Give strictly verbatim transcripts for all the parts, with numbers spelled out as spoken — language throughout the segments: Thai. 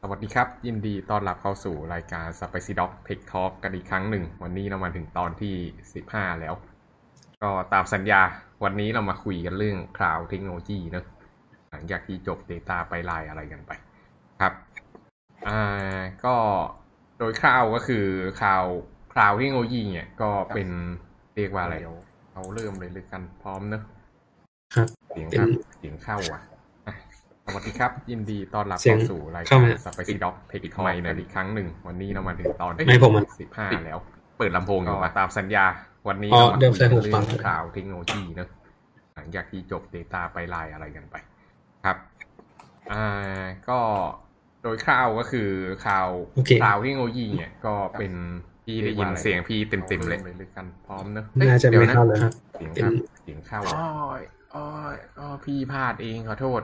วัสดีครับยินดีต้อนรับเข้าสู่รายการ Spicy Dog Tech Talk กันอีกครั้งหนึ่งวันนี้เรามาถึงตอนที่สิบห้าแล้วก็ตามสัญญาวันนี้เรามาคุยกันเรื่อง Cloud Technology เนอะหลังจากที่จบ Data ไปไลน์อะไรกันไปครับอ่าก็โดยคร่าวก็คือ Cloud Cloud Technology เนี่ยก็เป็นเรียกว่าอะไรเราเริ่มเลยเลยกันพร้อมเนอะครับเสียงครับเสียงเข้าอ่ะสวัสดีครับยินดีต้อนรับเข้าสู่รายการ Spicy Dog Tech Talk ในอีกครั้งหนึ่งวันนี้เรามาถึงตอนที่สิบห้าแล้วเปิดลำโพงอยู่มาตามสัญญาวันนี้เรามาคุยกันเรื่อง Cloud Technology เนอะหลังจากที่จบ Data ไปไลน์อะไรกันไปครับอ่าก็โดยคร่าวก็คือ Cloud Cloud Technology เนี่ยก็เป็นพี่ได้ยินเสียงพี่เต็มๆเลยเลยกันพร้อมเนอะน่าจะไม่เข้าเลยครับเสียงครับเสียงเข้าอ้อยอ้อยอ้อพี่พลาดเองขอโทษ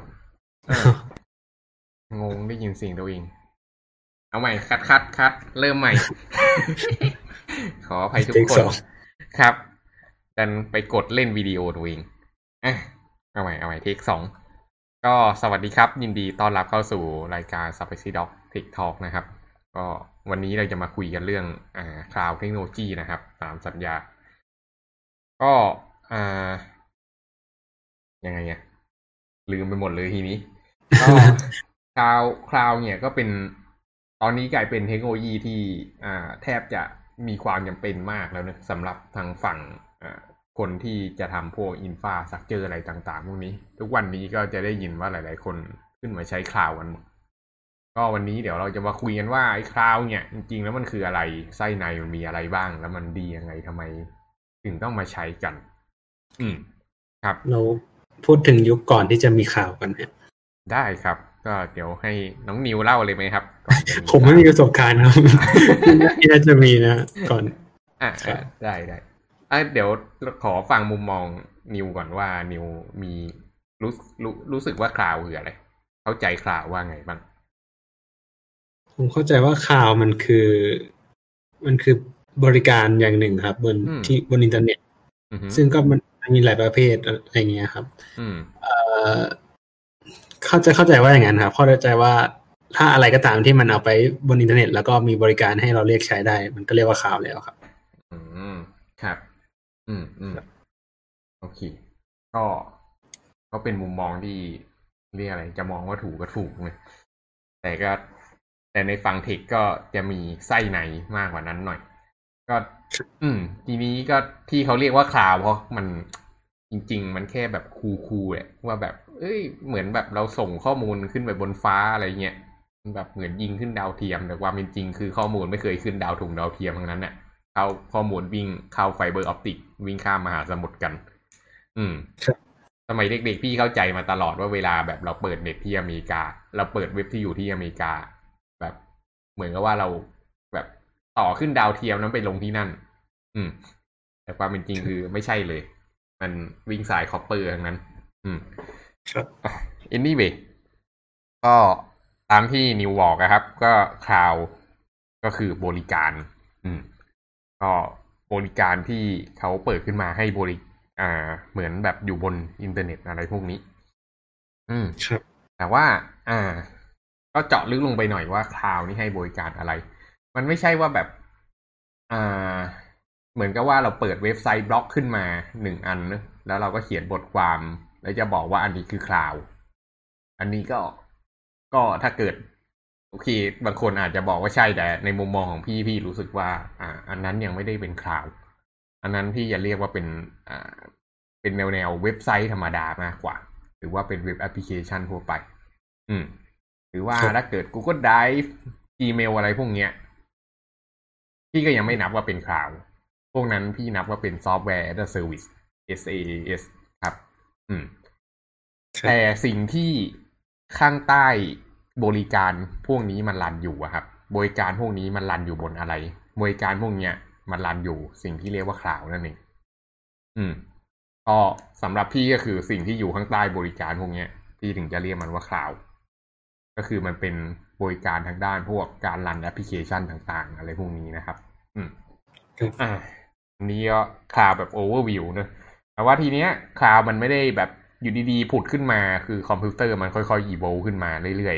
งงได้ยินเสียงตัวเองเอาใหม่คัดคัดคัดเริ่มใหม่ ขออภัยทุกคนครับดันไปกดเล่นวิดีโอตัวเองอ่ะเอาใหม่เอาใหม่เทคสองก็สวัสดีครับยินดีต้อนรับเข้าสู่รายการ Spicy Dog Tech Talk นะครับก็วันนี้เราจะมาคุยกันเรื่องอ่า Cloud Technology นะครับตามสัญญาก็อ่ายังไงเนี่ยลืมไปหมดเลยทีนี้ก็คลาวคลาวเนี่ยก็เป็นตอนนี้กลายเป็นเทคโนโลยีที่อ่าแทบจะมีความจำเป็นมากแล้วนะสำหรับทางฝั่งอ่าคนที่จะทำพวกอินฟราสตรัคเจอร์อะไรต่างๆพวกนี้ทุกวันนี้ก็จะได้ยินว่าหลายๆคนขึ้นมาใช้คลาวกันหมดก็วันนี้เดี๋ยวเราจะมาคุยกันว่าไอ้คลาวเนี่ยจริงๆแล้วมันคืออะไรไส้ในมันมีอะไรบ้างแล้วมันดียังไงทำไมถึงต้องมาใช้กันอืมครับเราพูดถึงยุคก่อนที่จะมีข่าวกันเนี่ยได้ครับก็เดี๋ยวให้น้องนิวเล่าเลยไหมครับผมไม่มีประสบการณ์ครับที่น่าจะมีนะก่อนอ่าได้ได้อ่ะเดี๋ยวขอฟังมุมมองนิวก่อนว่านิวมีรู้รู้รู้สึกว่าคลาวคืออะไรเข้าใจคลาวว่าไงบ้างผมเข้าใจว่าข่าวมันคือมันคือบริการอย่างหนึ่งครับบนที่บนอินเทอร์เน็ตซึ่งก็มันมีหลายประเภทอะไรเงี้ยครับเอ่อเข้าใจเข้าใจว่าอย่างนั้นครับเข้าใจว่าถ้าอะไรก็ตามที่มันเอาไปบนอินเทอร์เน็ตแล้วก็มีบริการให้เราเรียกใช้ได้มันก็เรียกว่าข่าวแล้วครับอืมครับอืมอืมโอเคก็ก็เป็นมุมมองที่เรียกอะไรจะมองว่าถูกก็ถูกเลยแต่ก็แต่ในฝั่งเทคก็จะมีไส้ในมากกว่านั้นหน่อยก็อืมทีนี้ก็ที่เขาเรียกว่าคลาวเพราะมันจริงๆมันแค่แบบคูลๆแหละว่าแบบเอ้ยเหมือนแบบเราส่งข้อมูลขึ้นไปบนฟ้าอะไรเงี้ยแบบเหมือนยิงขึ้นดาวเทียมแต่ความเป็นจริงคือข้อมูลไม่เคยขึ้นดาวถุงดาวเทียมทั้งนั้นน่ะเข้าข้อมูลวิ่งเข้าไฟเบอร์ออปติกวิ่งข้ามมหาสมุทรกันอืมสมัยเด็กๆพี่เข้าใจมาตลอดว่าเวลาแบบเราเปิดเน็ตที่อเมริกาเราเปิดเว็บที่อยู่ที่อเมริกาแบบเหมือนกับว่าเราแบบต่อขึ้นดาวเทียมนั้นไปลงที่นั่นอืมแต่ความเป็นจริงคือไม่ใช่เลยมันวิ่งสายคอปเปอร์ทั้งนั้นอืมครับ anyway ก็ตามที่นิวบอกนะครับก็คลาวก็คือบริการอืมก็บริการที่เขาเปิดขึ้นมาให้บริอ่าเหมือนแบบอยู่บนอินเทอร์เน็ตอะไรพวกนี้อืมครับแต่ว่าอ่าก็เจาะลึกลงไปหน่อยว่าคลาวนี่ให้บริการอะไรมันไม่ใช่ว่าแบบอ่าเหมือนกับว่าเราเปิดเว็บไซต์บล็อกขึ้นมาหนึ่งอันนะแล้วเราก็เขียนบทความแล้วจะบอกว่าอันนี้คือคลาวอันนี้ก็ก็ถ้าเกิดโอเคบางคนอาจจะบอกว่าใช่แต่ในมุมมองของพี่พี่รู้สึกว่าอ่าอันนั้นยังไม่ได้เป็นคลาวอันนั้นพี่จะเรียกว่าเป็นอ่าเป็นแนวแนวเว็บไซต์ธรรมดามากกว่าหรือว่าเป็นเว็บแอปพลิเคชันทั่วไปอืมหรือว่าถ้าเกิด Google Drive Gmail อะไรพวกเนี้ยพี่ก็ยังไม่นับว่าเป็นคลาวด์พวกนั้นพี่นับว่าเป็นซอฟต์แวร์ as a service เอส เอ เอส ครับอืมแต่สิ่งที่ข้างใต้บริการพวกนี้มันรันอยู่อะครับบริการพวกนี้มันรันอยู่บนอะไรบริการพวกเนี้ยมันรันอยู่สิ่งที่เรียกว่าคลาวด์นั่นเองอืมก็สำหรับพี่ก็คือสิ่งที่อยู่ข้างใต้บริการพวกเนี้ยพี่ถึงจะเรียกมันว่าคลาวด์ก็คือมันเป็นบริการทางด้านพวกการรันแอปพลิเคชันต่างๆอะไรพวกนี้นะครับอืมอ่าอันนี้ก็คลาวด์แบบโอเวอร์วิวเนอะแต่ว่าทีเนี้ยคลาวด์มันไม่ได้แบบอยู่ดีๆผุดขึ้นมาคือคอมพิวเตอร์มันค่อยๆอีโวลว์ขึ้นมาเรื่อย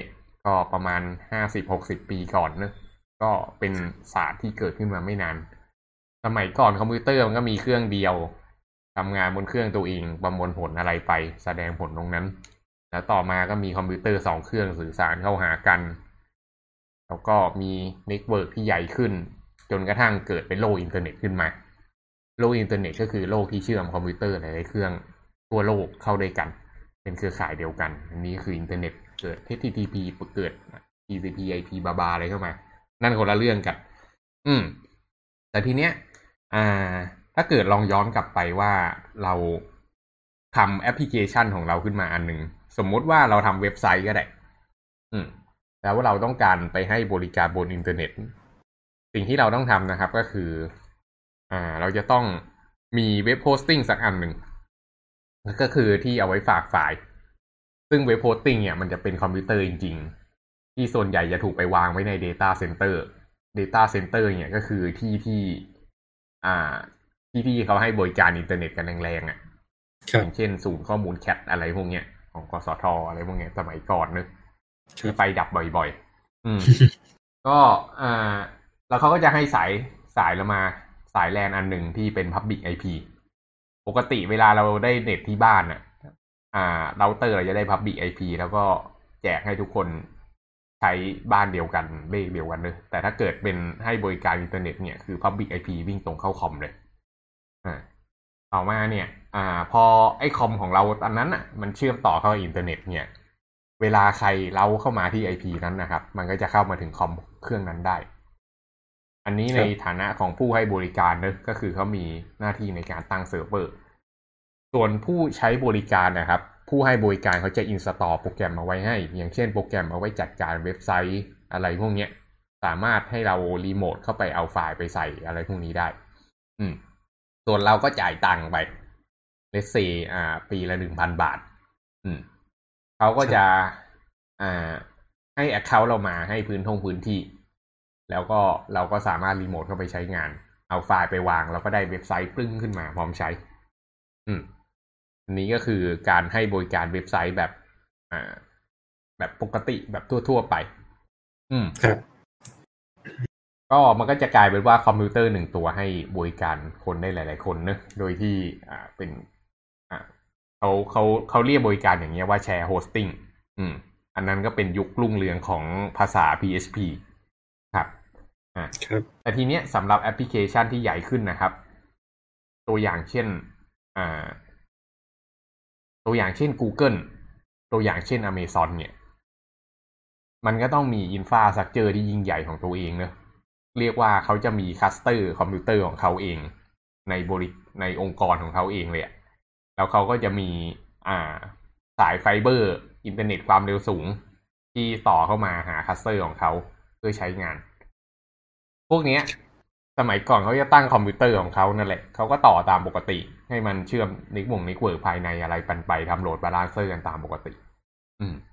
ก็ประมาณห้าสิบหกสิบปีก่อนเนอะก็เป็นศาสตร์ที่เกิดขึ้นมาไม่นานสมัยก่อนคอมพิวเตอร์มันก็มีเครื่องเดียวทำงานบนเครื่องตัวเองประมวลผลอะไรไปแสดงผลตรงนั้นแล้วต่อมาก็มีคอมพิวเตอร์สองเครื่องสื่อสารเข้าหากันแล้วก็มีเน็ตเวิร์กที่ใหญ่ขึ้นจนกระทั่งเกิดเป็นโลกอินเทอร์เน็ตขึ้นมาโลกอินเทอร์เน็ตก็คือโลกที่เชื่อมคอมพิวเตอร์หลายๆเครื่องทั่วโลกเข้าด้วยกันเป็นเครือข่ายเดียวกันอันนี้คืออินเทอร์เน็ตเกิด เอช ที ที พี เกิด ที ซี พี ไอ พี บาบาอะไรเข้ามานั่นคนละเรื่องกันอืมแต่ทีเนี้ยอ่าถ้าเกิดลองย้อนกลับไปว่าเราทำแอปพลิเคชันของเราขึ้นมาอันหนึ่งสมมุติว่าเราทำเว็บไซต์ก็ได้อืมแล้วเราต้องการไปให้บริการบนอินเทอร์เน็ตสิ่งที่เราต้องทำนะครับก็คืออ่าเราจะต้องมีเว็บโฮสติ้งสักอันหนึ่งก็คือที่เอาไว้ฝากไฟล์ซึ่งเว็บโฮสติ้งเนี่ยมันจะเป็นคอมพิวเตอร์จริงๆที่ส่วนใหญ่จะถูกไปวางไว้ใน Data Center Data Center เนี่ยก็คือที่ที่อ่าที่ที่เขาให้บริการอินเทอร์เน็ตกันแรงๆอ่ะอย่างเช่นศูนย์ข้อมูลแคทอะไรพวกเนี้ยของกสทอะไรพวกเนี้ยสมัยก่อนนึกที่ไฟดับบ่อยๆอืม ก็อ่าแล้วเขาก็จะให้สายสายเรามาสายแลนอันหนึ่งที่เป็น Public ไอ พี ปกติเวลาเราได้เน็ตที่บ้านอ่ะอ่าเราเตอร์เราจะได้ Public ไอ พี แล้วก็แจกให้ทุกคนใช้บ้านเดียวกันเลขเดียวกันเลยแต่ถ้าเกิดเป็นให้บริการอินเทอร์เน็ตเนี่ยคือ Public ไอ พี วิ่งตรงเข้าคอมเลยอ่าต่อมาเนี่ยอ่าพอไอ้คอมของเราตอนนั้นอ่ะมันเชื่อมต่อเข้าอินเทอร์เน็ตเนี่ยเวลาใครเล้าเข้ามาที่ ไอ พี นั้นนะครับมันก็จะเข้ามาถึงคอมเครื่องนั้นได้อันนี้ในฐานะของผู้ให้บริการเนอะก็คือเขามีหน้าที่ในการตั้งเซิร์ฟเวอร์ส่วนผู้ใช้บริการนะครับผู้ให้บริการเขาจะอินสตอลโปรแกรมมาไว้ให้อย่างเช่นโปรแกรมเอาไว้จัดการเว็บไซต์อะไรพวกเนี้ยสามารถให้เรารีโมทเข้าไปเอาไฟล์ไปใส่อะไรพวกนี้ได้อืมส่วนเราก็จ่ายตังค์ไปเลทเซอ่าปีละ หนึ่งพัน บาทอืมเขาก็จะอ่าให้ account เรามาให้พื้นท่องพื้นที่แล้วก็เราก็สามารถรีโมทเข้าไปใช้งานเอาไฟล์ไปวางแล้วก็ได้เว็บไซต์ปึ้งขึ้นมาพร้อมใช้อืมอันนี้ก็คือการให้บริการเว็บไซต์แบบอ่าแบบปกติแบบทั่วๆไปอืมครับก็มันก็จะกลายเป็นว่าคอมพิวเตอร์หนึ่งตัวให้บริการคนได้หลายๆคนเนอะโดยที่อ่าเป็นอ่าเขาเขาเขาเรียกบริการอย่างเงี้ยว่าแชร์โฮสติ้งอืมอันนั้นก็เป็นยุครุ่งเรืองของภาษา พี เอช พี ครับอ่าครับแต่ทีเนี้ยสำหรับแอปพลิเคชันที่ใหญ่ขึ้นนะครับตัวอย่างเช่นอ่าตัวอย่างเช่น Google ตัวอย่างเช่น Amazon เนี่ยมันก็ต้องมีอินฟราสตรัคเจอร์ที่ยิ่งใหญ่ของตัวเองเนอะเรียกว่าเขาจะมีคัสเตอร์คอมพิวเตอร์ของเขาเองในบริในองค์กรของเขาเองเลยแล้วเขาก็จะมีอ่าสายไฟเบอร์อินเทอร์เน็ตความเร็วสูงที่ต่อเข้ามาหาคัสเตอร์ของเขาเพื่อใช้งานพวกนี้สมัยก่อนเขาจะตั้งคอมพิวเตอร์ของเขานั่นแหละเขาก็ต่อตามปกติให้มันเชื่อมนิกวงนิกเวิร์กภายในอะไรปันไปทำโหลดบาลานเซอร์กันตามปกติอืม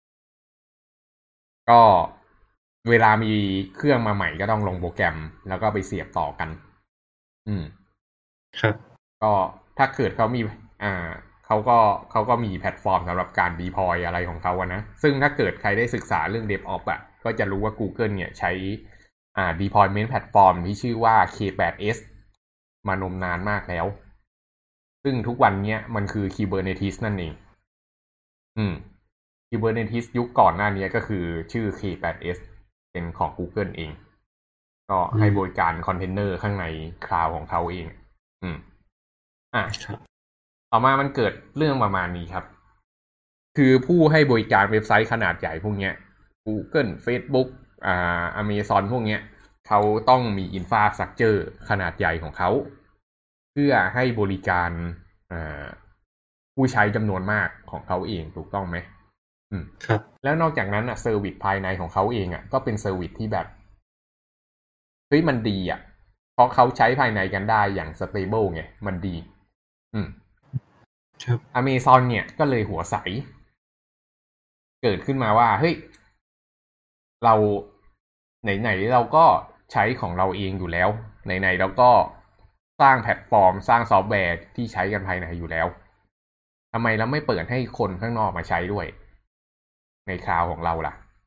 ก็เวลามีเครื่องมาใหม่ก็ต้องลงโปรแกรมแล้วก็ไปเสียบต่อกันอืมครับก็ถ้าเกิดเขามีอ่าเขาก็เขาก็มีแพลตฟอร์มสำหรับการ deploy อะไรของเขาอะนะซึ่งถ้าเกิดใครได้ศึกษาเรื่อง DevOps อะก็จะรู้ว่า Google เนี่ยใช้อ่า deployment platform ที่ชื่อว่า เค แปด เอส มานมนานมากแล้วซึ่งทุกวันเนี้ยมันคือ Kubernetes นั่นเองอืม Kubernetes ยุคก่อนหน้านี้ก็คือชื่อ เค แปด เอส เป็นของ Google เองก็ให้บริการคอนเทนเนอร์ข้างในคลาวด์ของเขาเองอืมอ่ะต่อมามันเกิดเรื่องประมาณนี้ครับคือผู้ให้บริการเว็บไซต์ขนาดใหญ่พวกเนี้ย Google Facebook อ่า Amazon พวกเนี้ยเขาต้องมีอินฟราสตรัคเจอร์ขนาดใหญ่ของเขาเพื่อให้บริการอ่าผู้ใช้จำนวนมากของเขาเองถูกต้องไหมอืมครับแล้วนอกจากนั้นอ่ะเซอร์วิสภายในของเขาเองอ่ะก็เป็นเซอร์วิสที่แบบเฮ้ยมันดีอ่ะเพราะเขาใช้ภายในกันได้อย่างสเตเบิลไงมันดีอืมครับ Amazon เนี่ยก็เลยหัวใสเกิดขึ้นมาว่าเฮ้ยเราไหนๆเราก็ใช้ของเราเองอยู่แล้วไหนๆเราก็สร้างแพลตฟอร์มสร้างซอฟต์แวร์ที่ใช้กันภายในอยู่แล้วทำไมเราไม่เปิดให้คนข้างนอกมาใช้ด้วยในคลาวด์ของเราล่ะ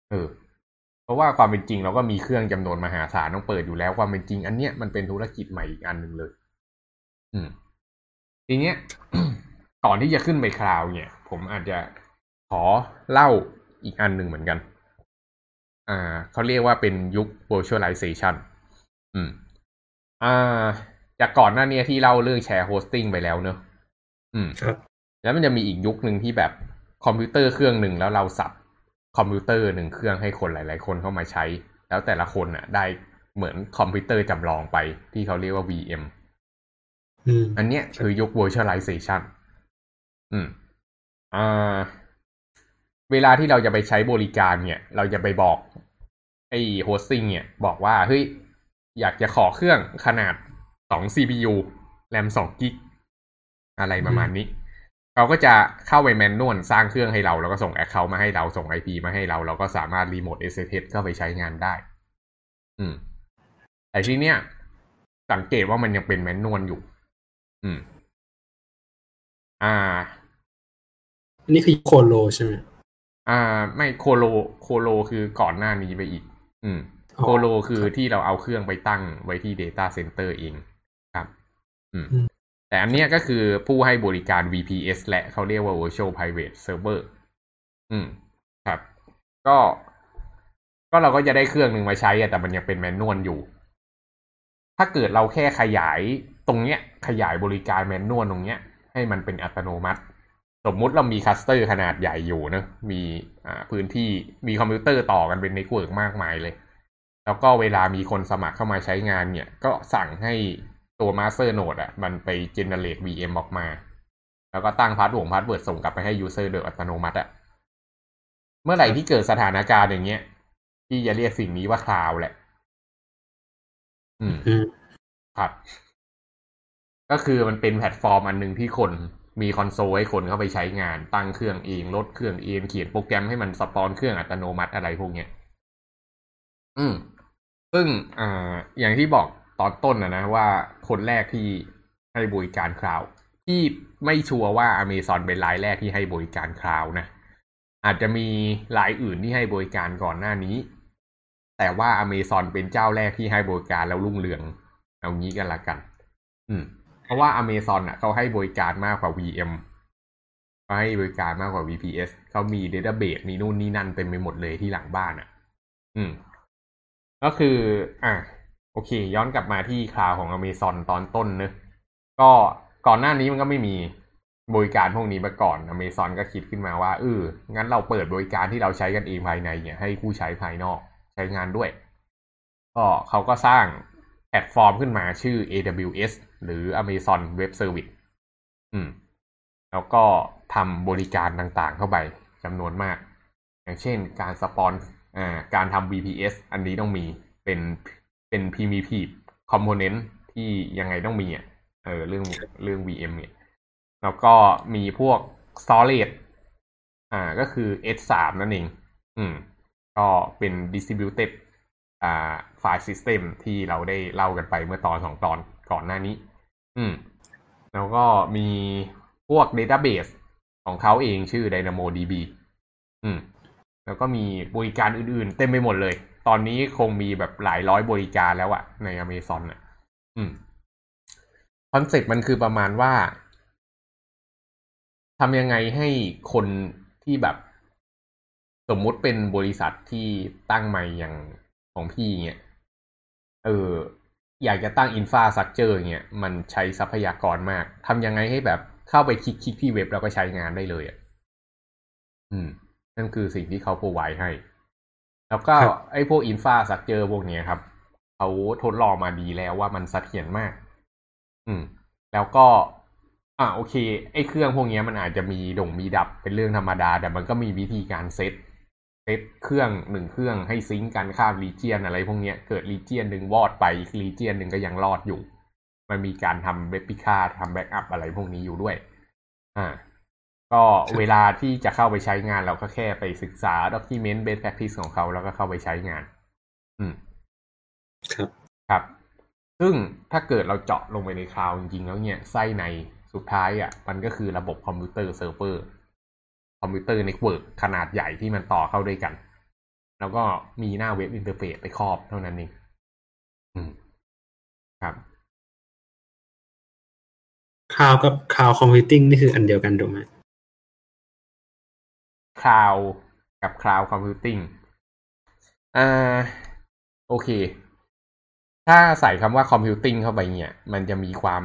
เออเพราะว่าความเป็นจริงเราก็มีเครื่องจำนวนมหาศาลต้องเปิดอยู่แล้วความเป็นจริงอันเนี้ยมันเป็นธุรกิจใหม่อีกอันหนึ่งเลยอืมทีเนี้ย ก่อนที่จะขึ้นไปคลาวด์เนี่ยผมอาจจะขอเล่าอีกอันหนึ่งเหมือนกันอ่าเขาเรียกว่าเป็นยุค virtualization อืมอ่าจากก่อนหน้านี้ที่เล่าเรื่องแชร์โฮสติ้งไปแล้วเนอะอืมครับแล้วมันจะมีอีกยุคหนึ่งที่แบบคอมพิวเตอร์เครื่องหนึ่งแล้วเราสับคอมพิวเตอร์หนึ่งเครื่องให้คนหลายๆคนเข้ามาใช้แล้วแต่ละคนอ่ะได้เหมือนคอมพิวเตอร์จำลองไปที่เขาเรียกว่า วี เอ็มอืมอันเนี้ยคือยุค virtualization อืมอ่าเวลาที่เราจะไปใช้บริการเนี่ยเราจะไปบอกไอ้โฮสติ้งเนี่ยบอกว่าเฮ้ยอยากจะขอเครื่องขนาดสอง ซี พี ยู แรมสองกิกอะไรประมาณนี้เขาก็จะเข้าไปแมนนวลสร้างเครื่องให้เราแล้วก็ส่งแอคเคาท์มาให้เราส่ง ไอ พี มาให้เราเราก็สามารถรีโมท เอส เอส เอส เข้าไปใช้งานได้อืมแต่ที่เนี้ยสังเกตว่ามันยังเป็นแมนนวลอยู่อืมอ่าอันนี้คือโคโลใช่ไหมอ่าไม่โคโลโคโลคือก่อนหน้านี้ไปอีกอืมโคโลคือที่เราเอาเครื่องไปตั้งไว้ที่ Data Center เองครับอืมแต่อันเนี้ยก็คือผู้ให้บริการ วี พี เอส และเขาเรียกว่า Virtual Private Server อืมครับก็ก็เราก็จะได้เครื่องหนึ่งมาใช้แต่มันยังเป็นแมนนวลอยู่ถ้าเกิดเราแค่ขยายตรงเนี้ยขยายบริการแมนนวลตรงเนี้ยให้มันเป็นอัตโนมัติสมมุติเรามีคลัสเตอร์ขนาดใหญ่อยู่นะมีอ่าพื้นที่มีคอมพิวเตอร์ต่อกันเป็นเน็ตเวิร์กมากมายเลยแล้วก็เวลามีคนสมัครเข้ามาใช้งานเนี่ยก็สั่งให้ตัว Master Node อ่ะมันไป generate วี เอ็ม ออกมาแล้วก็ตั้งพาสเวิร์ดพาสเวิร์ดส่งกลับไปให้ user โดยอัตโนมัติอ่ะเมื่อไหร่ที่เกิดสถานการณ์อย่างเงี้ยที่จะเรียกสิ่งนี้ว่าคลาวด์แหละอืมครับก็คือมันเป็นแพลตฟอร์มอันหนึ่งที่คนมีคอนโซลให้คนเข้าไปใช้งานตั้งเครื่องเองลดเครื่องเองเขียนโปรแกรมให้มันสปอนเครื่องอัตโนมัติอะไรพวกเนี้ยอืมซึ่งอ่าอย่างที่บอกตอนต้นนะนะว่าคนแรกที่ให้บริการคลาวด์ที่ไม่ชัวร์ว่า Amazon เป็นรายแรกที่ให้บริการคลาวด์นะอาจจะมีรายอื่นที่ให้บริการก่อนหน้านี้แต่ว่า Amazon เป็นเจ้าแรกที่ให้บริการแล้วรุ่งเรืองเอางี้กันละกันอืมเพราะว่า Amazon อ่ะเขาให้บริการมากกว่า วี เอ็ม เขาให้บริการมากกว่า วี พี เอส เขามี database มีนู่นนี่นั่นเต็มไปหมดเลยที่หลังบ้านอ่ะอืมก็คืออ่ะโอเคย้อนกลับมาที่คลาวด์ของ Amazon ตอนต้นเนอะก็ก่อนหน้านี้มันก็ไม่มีบริการพวกนี้มาก่อน Amazon ก็คิดขึ้นมาว่าเอองั้นเราเปิดบริการที่เราใช้กันเองภายในเนี่ยให้ผู้ใช้ภายนอกใช้งานด้วยก็เขาก็สร้างแพลตฟอร์มขึ้นมาชื่อ เอ ดับเบิลยู เอส หรือ Amazon Web Service อืมแล้วก็ทำบริการต่างๆเข้าไปจำนวนมากอย่างเช่นการสปอนอ่าการทำ วี พี เอส อันนี้ต้องมีเป็นเป็น primitive component ที่ยังไงต้องมีอ่ะเออเรื่องเรื่อง วี เอ็ม เนี่ยแล้วก็มีพวก storage อ่าก็คือ เอส ทรี นั่นเองอืมก็เป็น distributed อ่า file system ที่เราได้เล่ากันไปเมื่อตอนสองตอนก่อนหน้านี้อืมแล้วก็มีพวก database ของเขาเองชื่อ DynamoDB อืมแล้วก็มีบริการอื่นๆเต็มไปหมดเลยตอนนี้คงมีแบบหลายร้อยบริการแล้วอะใน Amazon อ่ะอืมคอนเซ็ปต์มันคือประมาณว่าทำยังไงให้คนที่แบบสมมุติเป็นบริษัทที่ตั้งใหม่อย่างของพี่เงี้ยเอออยากจะตั้งอินฟราสตรัคเจอร์เงี้ยมันใช้ทรัพยากรมากทำยังไงให้แบบเข้าไปคลิกๆที่เว็บแล้วก็ใช้งานได้เลยอ่ะอืมนั่นคือสิ่งที่เขาโปรไวด์ให้ แล้วก็ไอ้พวกอินฟราสตรัคเจอร์พวกนี้ครับเขาทดลองมาดีแล้วว่ามันเสถียรมากอืมแล้วก็อ่าโอเคไอ้เครื่องพวกนี้มันอาจจะมีด่งมีดับเป็นเรื่องธรรมดาแต่มันก็มีวิธีการเซตเซตเครื่องหนึ่งเครื่องให้ซิงก์กันข้ามรีเจียนอะไรพวกนี้เกิดรีเจียนหนึ่งวอดไปอีกรีเจียนหนึ่งก็ยังรอดอยู่มันมีการทำเรปลิก้าทำแบ็กอัพอะไรพวกนี้อยู่ด้วยอ่าก็เวลาที่จะเข้าไปใช้งานเราก็แค่ไปศึกษา document best practice ของเขาแล้วก็เข้าไปใช้งานอืมครับครับซึ่งถ้าเกิดเราเจาะลงไปในคลาวด์จริงๆแล้วเนี่ยไส้ในสุดท้ายอ่ะมันก็คือระบบคอมพิวเตอร์เซิร์ฟเวอร์คอมพิวเตอร์เน็ตเวิร์กขนาดใหญ่ที่มันต่อเข้าด้วยกันแล้วก็มีหน้าเว็บอินเทอร์เฟซไปครอบเท่านั้นเองอืมครับคลาวด์กับคลาวด์คอมพิวติ้งนี่คืออันเดียวกันถูกไหมคลาวด์กับคลาวด์คอมพิวติ้งอ่าโอเคถ้าใส่คำว่าคอมพิวติ้งเข้าไปเนี่ยมันจะมีความ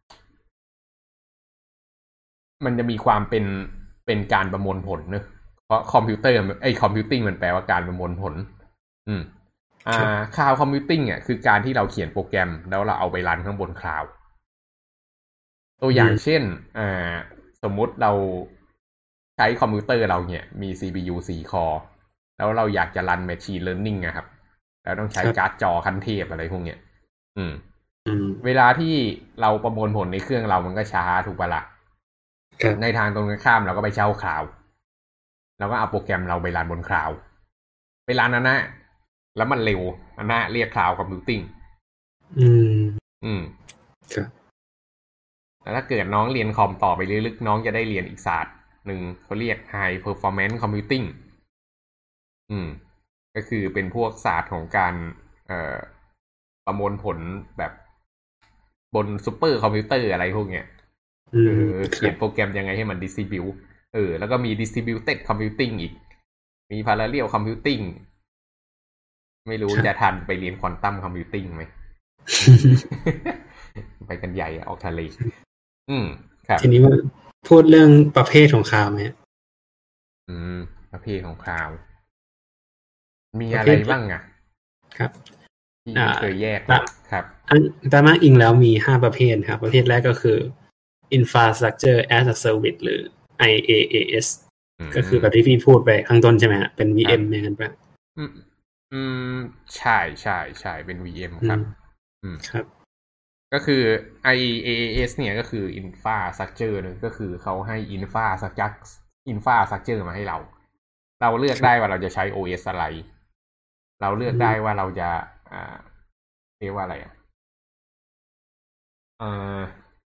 มันจะมีความเป็นเป็นการประมวลผลเนอะเพราะคอมพิวเตอร์ไอ้คอมพิวติ้งมันแปลว่าการประมวลผลอืมอ่าคลาวด์คอมพิวติ้งอ่ะคือการที่เราเขียนโปรแกรมแล้วเราเอาไปรันข้างบนคลาวด์ตัวอย่างเช่นอ่าสมมุติเราใช้คอมพิวเตอร์เราเนี่ยมี ซี พี ยู สี่ คอร์แล้วเราอยากจะรัน Machine Learning อะครับแล้วต้องใช้การ์ดจอขั้นเทพอะไรพวกเนี้ยอืมเวลาที่เราประมวลผลในเครื่องเรามันก็ช้าถูกปะละ่ะในทางตรงกันข้ามเราก็ไปเช่าคลาวด์เราก็เอาโปรแกรมเราไปรันบนคลาวด์ไปรันอันนั้นแล้วมันเร็วอันนั้นเรียกคลาวด์คอมพิวติ้งอืมอืมครับแล้วถ้าเกิดน้องเรียนคอมต่อไปลึกๆน้องจะได้เรียนอีกศาสตร์หนึ่งเขาเรียก High Performance Computing อืมก็คือเป็นพวกศาสตร์ของการเอ่อประมวลผลแบบบนซุปเปอร์คอมพิวเตอร์อะไรพวกเนี้ยเออเขียนโปรแกรมยังไงให้มัน distribute เออแล้วก็มี distributed computing อีกมี parallel computing ไม่รู้จะทันไปเรียนควอนตัมคอมพิวติ้งไหม ไปกันใหญ่ออกทะเลอืมครับทีนี้ว่าพูดเรื่องประเภทของคลาวด์ไหมอืมประเภทของคลาวด์มีอะไรบ้างอ่ะครับที่เคยแยกครับตามอ้างอิงแล้วมีห้าประเภทครับประเภทแรกก็คือ Infrastructure as a Service หรือ ไอ เอ เอ เอส ก็คือแบบที่พี่พูดไปข้างต้นใช่ไหมฮะเป็น วี เอ็ม อย่างนั้นป่ะอืมอืมใช่ใช่ใช่เป็น วี เอ็ม ครับอืมครับก็คือ ไอ เอ เอ เอส เนี่ยก็คือ Infrastructure นึงก็คือเขาให้ Infrastructure Infrastructure มาให้เราเราเลือกได้ว่าเราจะใช้ โอ เอส อะไรเราเลือกได้ว่าเราจะอ่าเรียกว่าอะไรอ่ะเออ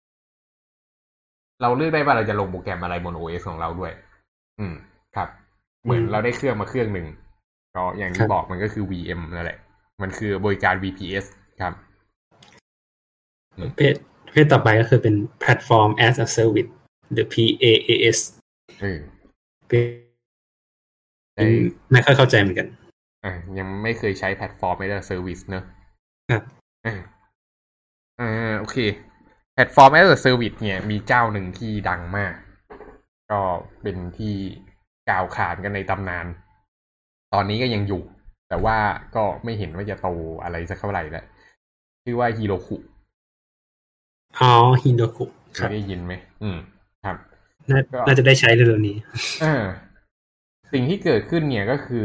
เราเลือกได้ว่าเราจะลงโปรแกรมอะไรบน โอ เอส ของเราด้วยอืมครับเหมือนเราได้เครื่องมาเครื่องหนึ่งก็อย่างที่บอกมันก็คือ วี เอ็ม นั่นแหละมันคือบริการ วี พี เอส ครับประเภทประเภทต่อไปก็คือเป็น Platform as a Service หรือ พี เอ เอ เอสเออไม่ค่อยเข้าใจเหมือนกันอ่ายังไม่เคยใช้ Platform as a Service เนอะครับอ่าอ่าโอเค Platform as a Service เนี่ยมีเจ้าหนึ่งที่ดังมากก็เป็นที่กล่าวขานกันในตำนานตอนนี้ก็ยังอยู่แต่ว่าก็ไม่เห็นว่าจะโตอะไรสักเท่าไหร่แล้วชื่อว่าฮิโรคุอ๋อฮิโรคุเคยได้ยินไหมอืมครับน่าจะได้ใช้เร็วๆนี้อ่าสิ่งที่เกิดขึ้นเนี่ยก็คือ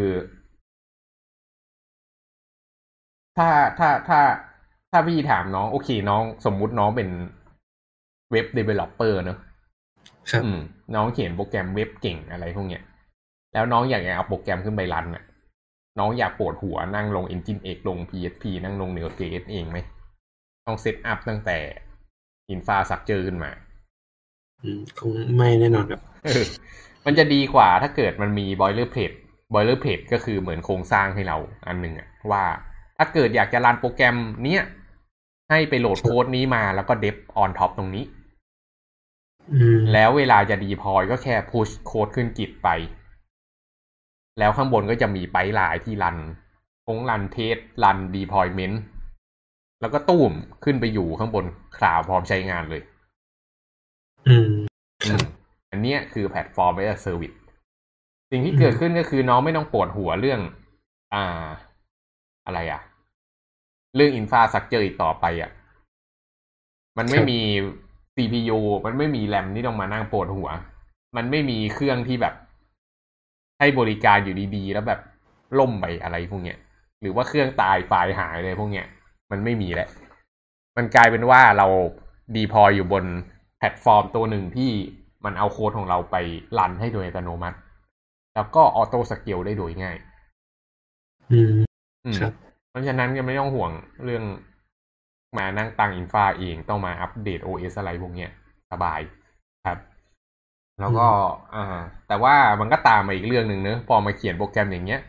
ถ้าถ้าถ้าถ้าพี่ถามน้องโอเคน้องสมมุติน้องเป็นเว็บ developer เนอะครับน้องเขียนโปรแกรมเว็บเก่งอะไรพวกเนี้ยแล้วน้องอยากจะเอาโปรแกรมขึ้นไปรันน่ะน้องอยากปวดหัวนั่งลง Engine X ลง พี เอช พี นั่งลง Node.js เองไหมต้องเซตอัพตั้งแต่ Infrastructure ขึ้นมาอืมคงไม่แน่นอนครับมันจะดีกว่าถ้าเกิดมันมี boilerplate boilerplate ก็คือเหมือนโครงสร้างให้เราอันหนึ่งอะว่าถ้าเกิดอยากจะรันโปรแกรมเนี้ยให้ไปโหลดโค้ดนี้มาแล้วก็ dev on top ตรงนี้แล้วเวลาจะ deploy ก็แค่ push โค้ดขึ้น Git ไปแล้วข้างบนก็จะมีไปไลน์ที่รันคงรันเทสรัน deployment แล้วก็ตุ้มขึ้นไปอยู่ข้างบนคลาวด์พร้อมใช้งานเลยอืมอันนี้คือแพลตฟอร์ม as a service สิ่งที่เกิดขึ้นก็คือน้องไม่ต้องปวดหัวเรื่องอ่าอะไรอ่ะเรื่อง infrastructure อีกต่อไปอ่ะมันไม่มี ซี พี ยู มันไม่มีแรมที่ต้องมานั่งปวดหัวมันไม่มีเครื่องที่แบบให้บริการอยู่ดีๆแล้วแบบล่มไปอะไรพวกเนี้ยหรือว่าเครื่องตายไฟล์หายเลยพวกเนี้ยมันไม่มีแล้วมันกลายเป็นว่าเราดีพอยอยู่บนแพลตฟอร์มตัวหนึ่งที่มันเอาโค้ดของเราไปรันให้โดยอัตโนมัติแล้วก็ออโต้สเกลได้โดยง่ายอืมครับเพราะฉะนั้นก็ไม่ต้องห่วงเรื่องมานั่งตั้งอินฟาเองต้องมาอัปเดต โอ เอส อะไรพวกเนี้ยสบายครับแล้วก็อ่าแต่ว่ามันก็ตามมาอีกเรื่องหนึ่งเนอะพอมาเขียนโปรแกรมอย่างเงี้ยโป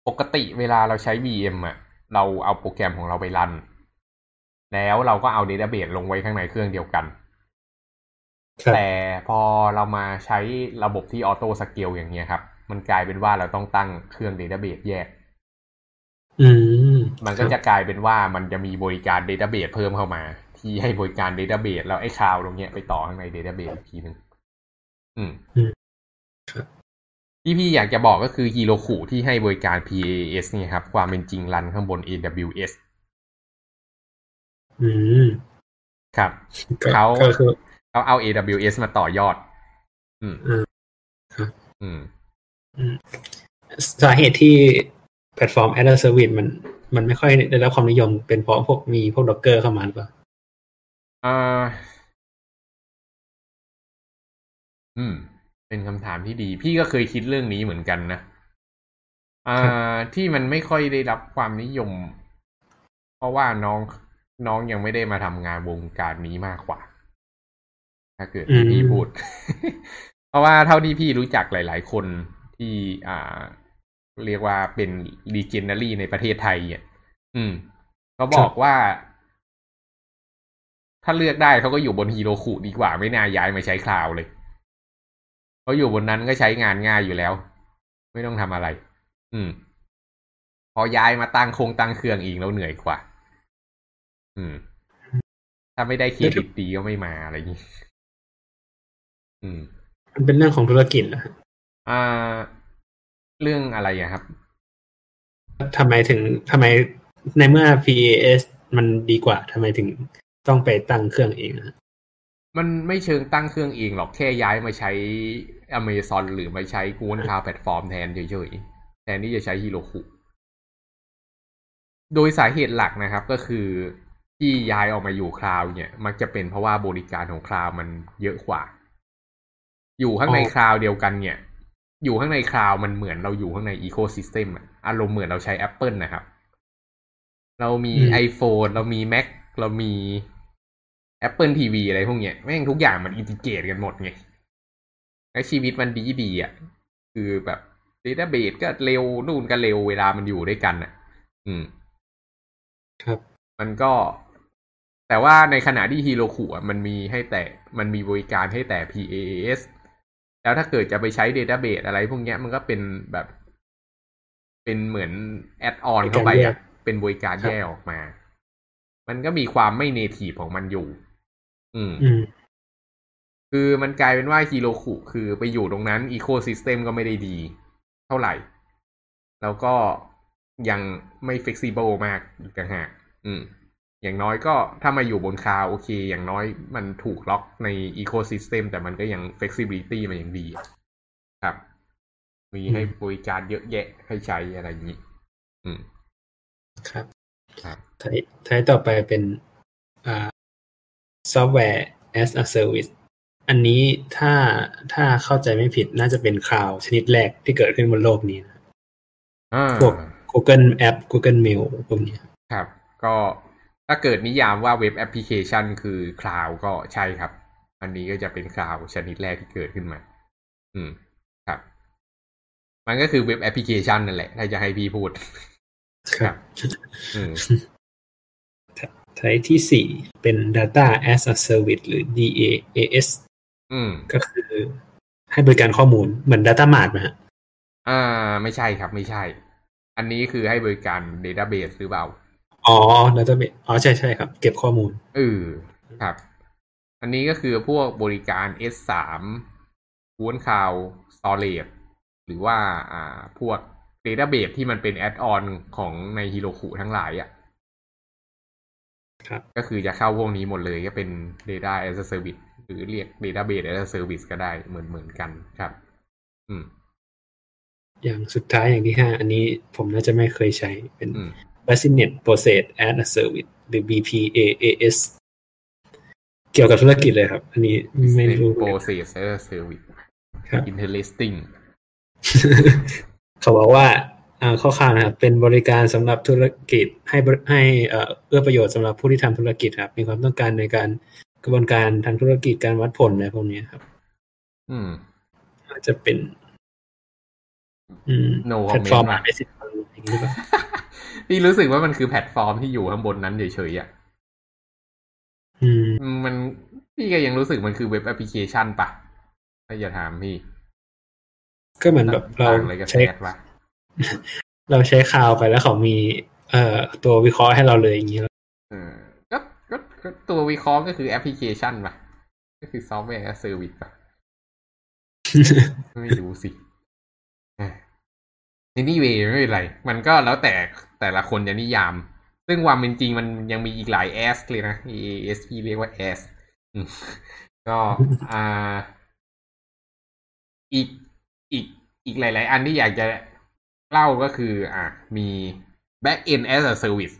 ปกติเวลาเราใช้ วี เอ็ม อ่ะเราเอาโปรแกรมของเราไปรันแล้วเราก็เอา database ลงไว้ข้างในเครื่องเดียวกันแต่พอเรามาใช้ระบบที่ออโต้สเกลอย่างเงี้ยครับมันกลายเป็นว่าเราต้องตั้งเครื่อง database แยกอืมมันก็จะกลายเป็นว่ามันจะมีบริการ database เพิ่มเข้ามาที่ให้บริการ database แล้วไอ้คลาวด์ตรงเนี้ยไปต่อข้างใน database อีกทีนึงอืมครับที่พี่อยากจะบอกก็คือ Heroku ที่ให้บริการ พี เอ เอส เนี่ยครับความเป็นจริงรันข้างบน เอ ดับเบิลยู เอสอืมครับเขาเขาเอา เอ ดับเบิลยู เอส มาต่อยอดอืมครับอืมสาเหตุที่แพลตฟอร์ม as a service มันมันไม่ค่อยได้รับความนิยมเป็นเพราะพวกมีพวก Docker เข้ามาหรือเปล่าอ่าอืมเป็นคำถามที่ดีพี่ก็เคยคิดเรื่องนี้เหมือนกันนะอ่าที่มันไม่ค่อยได้รับความนิยมเพราะว่าน้องน้องยังไม่ได้มาทำงานวงการนี้มากกว่าถ้าเกิดที่พี่พูด เพราะว่าเท่าที่พี่รู้จักหลายๆคนที่อ่าเรียกว่าเป็น legendary ในประเทศไทยอ่ะอืมเขาบอกว่าถ้าเลือกได้เขาก็อยู่บนฮีโรคุดีกว่าไม่น่าย้ายมาใช้คลาวด์เลยเขาอยู่บนนั้นก็ใช้งานง่ายอยู่แล้วไม่ต้องทำอะไรอืมพอย้ายมาตั้งโครงตั้งเครื่องเองแล้วเหนื่อยกว่าอืมถ้าไม่ได้เครดิตดีก็ไม่มาอะไรอย่างนี้อืมมันเป็นเรื่องของธุรกิจเหรออ่าเรื่องอะไรอะครับทำไมถึงทำไมในเมื่อ พี เอ เอส มันดีกว่าทำไมถึงต้องไปตั้งเครื่องเองอะมันไม่เชิงตั้งเครื่องเองหรอกแค่ย้ายมาใช้ Amazon หรือมาใช้ Google Cloud Platform แทนเฉยๆแทนที่จะใช้ Heroku โดยสาเหตุหลักนะครับก็คือที่ย้ายออกมาอยู่คลาวด์เนี่ยมักจะเป็นเพราะว่าบริการของคลาวด์มันเยอะกว่าอยู่ข้างในคลาวด์เดียวกันเนี่ยอยู่ข้างในคลาวด์มันเหมือนเราอยู่ข้างในอีโคซิสเต็มอารมณ์เหมือนเราใช้ Apple นะครับเรามี iPhone เรามี Mac เรามี Apple ที วี อะไรพวกเนี้ยแม่งทุกอย่างมันอินทิเกรตกันหมดไงและชีวิตมันดีๆอ่ะคือแบบ database ก็เร็วนู่นก็เร็วเวลามันอยู่ด้วยกันอ่ะอืมครับมันก็แต่ว่าในขณะที่ Heroku อ่ะมันมีให้แต่มันมีบริการให้แต่ พี เอ เอส แล้วถ้าเกิดจะไปใช้ database อะไรพวกเนี้ยมันก็เป็นแบบเป็นเหมือนแอดออนเข้าไปอ่ะเป็นบริการแยกออกมามันก็มีความไม่ native ของมันอยู่อืมคือมันกลายเป็นว่า Heroku คือไปอยู่ตรงนั้น ecosystem ก็ไม่ได้ดีเท่าไหร่แล้วก็ยังไม่ flexible มากอีกต่างหากอืมอย่างน้อยก็ถ้ามาอยู่บนคลาวด์โอเคอย่างน้อยมันถูกล็อกใน ecosystem แต่มันก็ยัง flexibility มันยังดีครับมีให้บริการเยอะแยะให้ใช้อะไรอย่างนี้อืมครับครับท้ายต่อไปเป็นอ่า software as a service อันนี้ถ้าถ้าเข้าใจไม่ผิดน่าจะเป็นคลาวด์ชนิดแรกที่เกิดขึ้นบนโลกนี้นะพวก Google App Google Mail พวกนี้ครับก็ถ้าเกิดนิยามว่าเว็บแอปพลิเคชันคือคลาวด์ก็ใช่ครับอันนี้ก็จะเป็นคลาวด์ชนิดแรกที่เกิดขึ้นมาอืมครับมันก็คือเว็บแอปพลิเคชันนั่นแหละถ้าจะให้พี่พูดครับอืมท้ายที่สี่เป็น Data as a Service หรือ ดี เอ เอ เอสอืมก็คือให้บริการข้อมูลเหมือน Data Mart มั้ยฮะอ่าไม่ใช่ครับไม่ใช่อันนี้คือให้บริการ Database หรือเปล่าอ๋อ Database อ๋อใช่ๆครับเก็บข้อมูลเออครับอันนี้ก็คือพวกบริการ เอส สาม Google Cloud Storage หรือว่าอ่าพวก Database ที่มันเป็นแอดออนของใน Heroku ทั้งหลายอ่ะครับก็คือจะเข้าพวกนี้หมดเลยก็เป็น Data as a Service หรือเรียก Database as a Service ก็ได้เหมือนเหมือนกันครับอืมอย่างสุดท้ายอย่างที่ห้าอันนี้ผมน่าจะไม่เคยใช้เป็น Business Process as a Service หรือ บี พี เอ เอ เอส เกี่ยวกับธุรกิจเลยครับอันนี้ไม่รู้ Process as a Service ครับ Interesting เขาบอกว่าอ่าข้อข่าวนะครับเป็นบริการสำหรับธุรกิจให้ให้เอ่อเอื้อประโยชน์สำหรับผู้ที่ทำธุรกิจครับมีความต้องการในการกระบวนการทางธุรกิจการวัดผลอะไรพวกนี้ครับอืมอาจจะเป็นอืม no แพลตฟอร์ม comment อย่างนี้หรือเปล่าพี่รู้สึกว่ามันคือแพลตฟอร์มที่อยู่ข้างบนนั้นเฉยๆอ่ะอืมมันพี่ก็ยังรู้สึกมันคือเว็บแอปพลิเคชันปะถ้าอย่าถามพี่ก็เหมือนแบบเราใช้เราใช้คลาวไปแล้วเขามีเอ่อตัววิเคราะห์ให้เราเลยอย่างนี้เออก็ก็ตัววิเคราะห์ก็คือแอปพลิเคชันปะก็คือซอฟต์แวร์เซอร์วิสปะไม่รู้สินี่เวไม่เป็นไรมันก็แล้วแต่แต่ละคนจะนิยามซึ่งความเป็นจริงมันยังมีอีกหลายแอสเลยนะ เอ เอส พี่เรียกว่าแอสก็อ่าอีกอีกอีกหลายๆอันที่อยากจะเล่าก็คืออ่ะมี back end as a service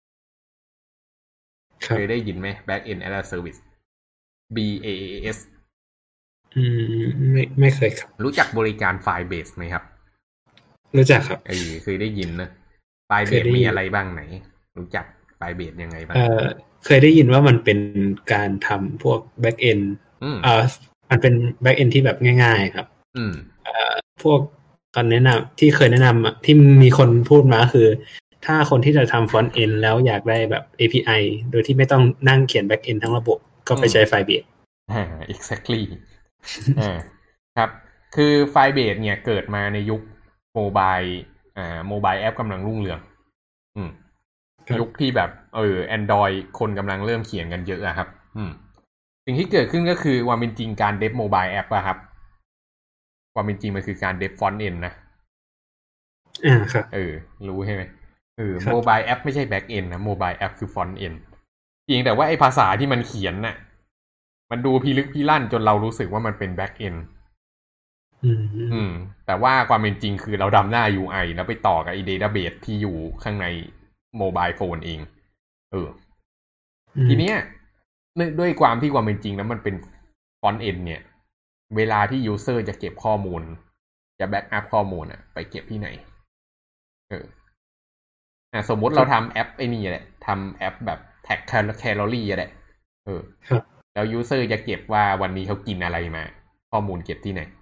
เคยได้ยินไหม back end as a service B A A S อืมไม่ไม่เคยครับรู้จักบริการไฟล์เบสไหมครับรู้จักครับเออเคยได้ยินนะไฟล์เบสมีอะไรบ้างไหนรู้จักไฟล์เบสยังไงบ้างเออเคยได้ยินว่ามันเป็นการทำพวก back end อ่ามันเป็น back end ที่แบบง่ายๆครับอืมเอ่อพวกการแนะนำที่เคยแนะนำที่มีคนพูดมาคือถ้าคนที่จะทำ front end แล้วอยากได้แบบ เอ พี ไอ โดยที่ไม่ต้องนั่งเขียน back end ทั้งระบบก็ไปใช้ไฟล์เบสอ่า exactly อ่าครับคือไฟล์เบสเนี่ยเกิดมาในยุคโมบายอ่าโมบายแอปกำลังรุ่งเรืองอืมยุคที่แบบเออ Android คนกำลังเริ่มเขียนกันเยอะอะครับอืมสิ่งที่เกิดขึ้นก็คือความเป็นจริงการเดฟโมบายแอปอะครับความเป็นจริงมันคือการเดฟฟอนต์เอนด์นะอ่าครับเออรู้ใช่ไหมเออโมบายแอปไม่ใช่แบ็กเอนด์นะโมบายแอปคือฟอนต์เอนด์จริงแต่ว่าไอ้ภาษาที่มันเขียนน่ะมันดูพิลึกพิลั่นจนเรารู้สึกว่ามันเป็นแบ็กเอนด์อืมอืมแต่ว่าความเป็นจริงคือเราดำหน้า ยู ไอ แล้วไปต่อกับไอ้ database ที่อยู่ข้างในโมบายโฟนเองเออทีเนี้ยด้วยความที่ความเป็นจริงแล้วมันเป็นฟอนต์เอนด์เนี่ยเวลาที่ยูเซอร์จะเก็บข้อมูลจะแบ็กอัพข้อมูลอะไปเก็บที่ไหนเอออ่ะสมมติเราทำแอปไอ้นี่แหละทำแอปแบบแท็กแคลอรี่แหละเออแล้วยูเซอร์จะเก็บว่าวันนี้เขากินอะไรมาข้อมูลเก็บที่ไหน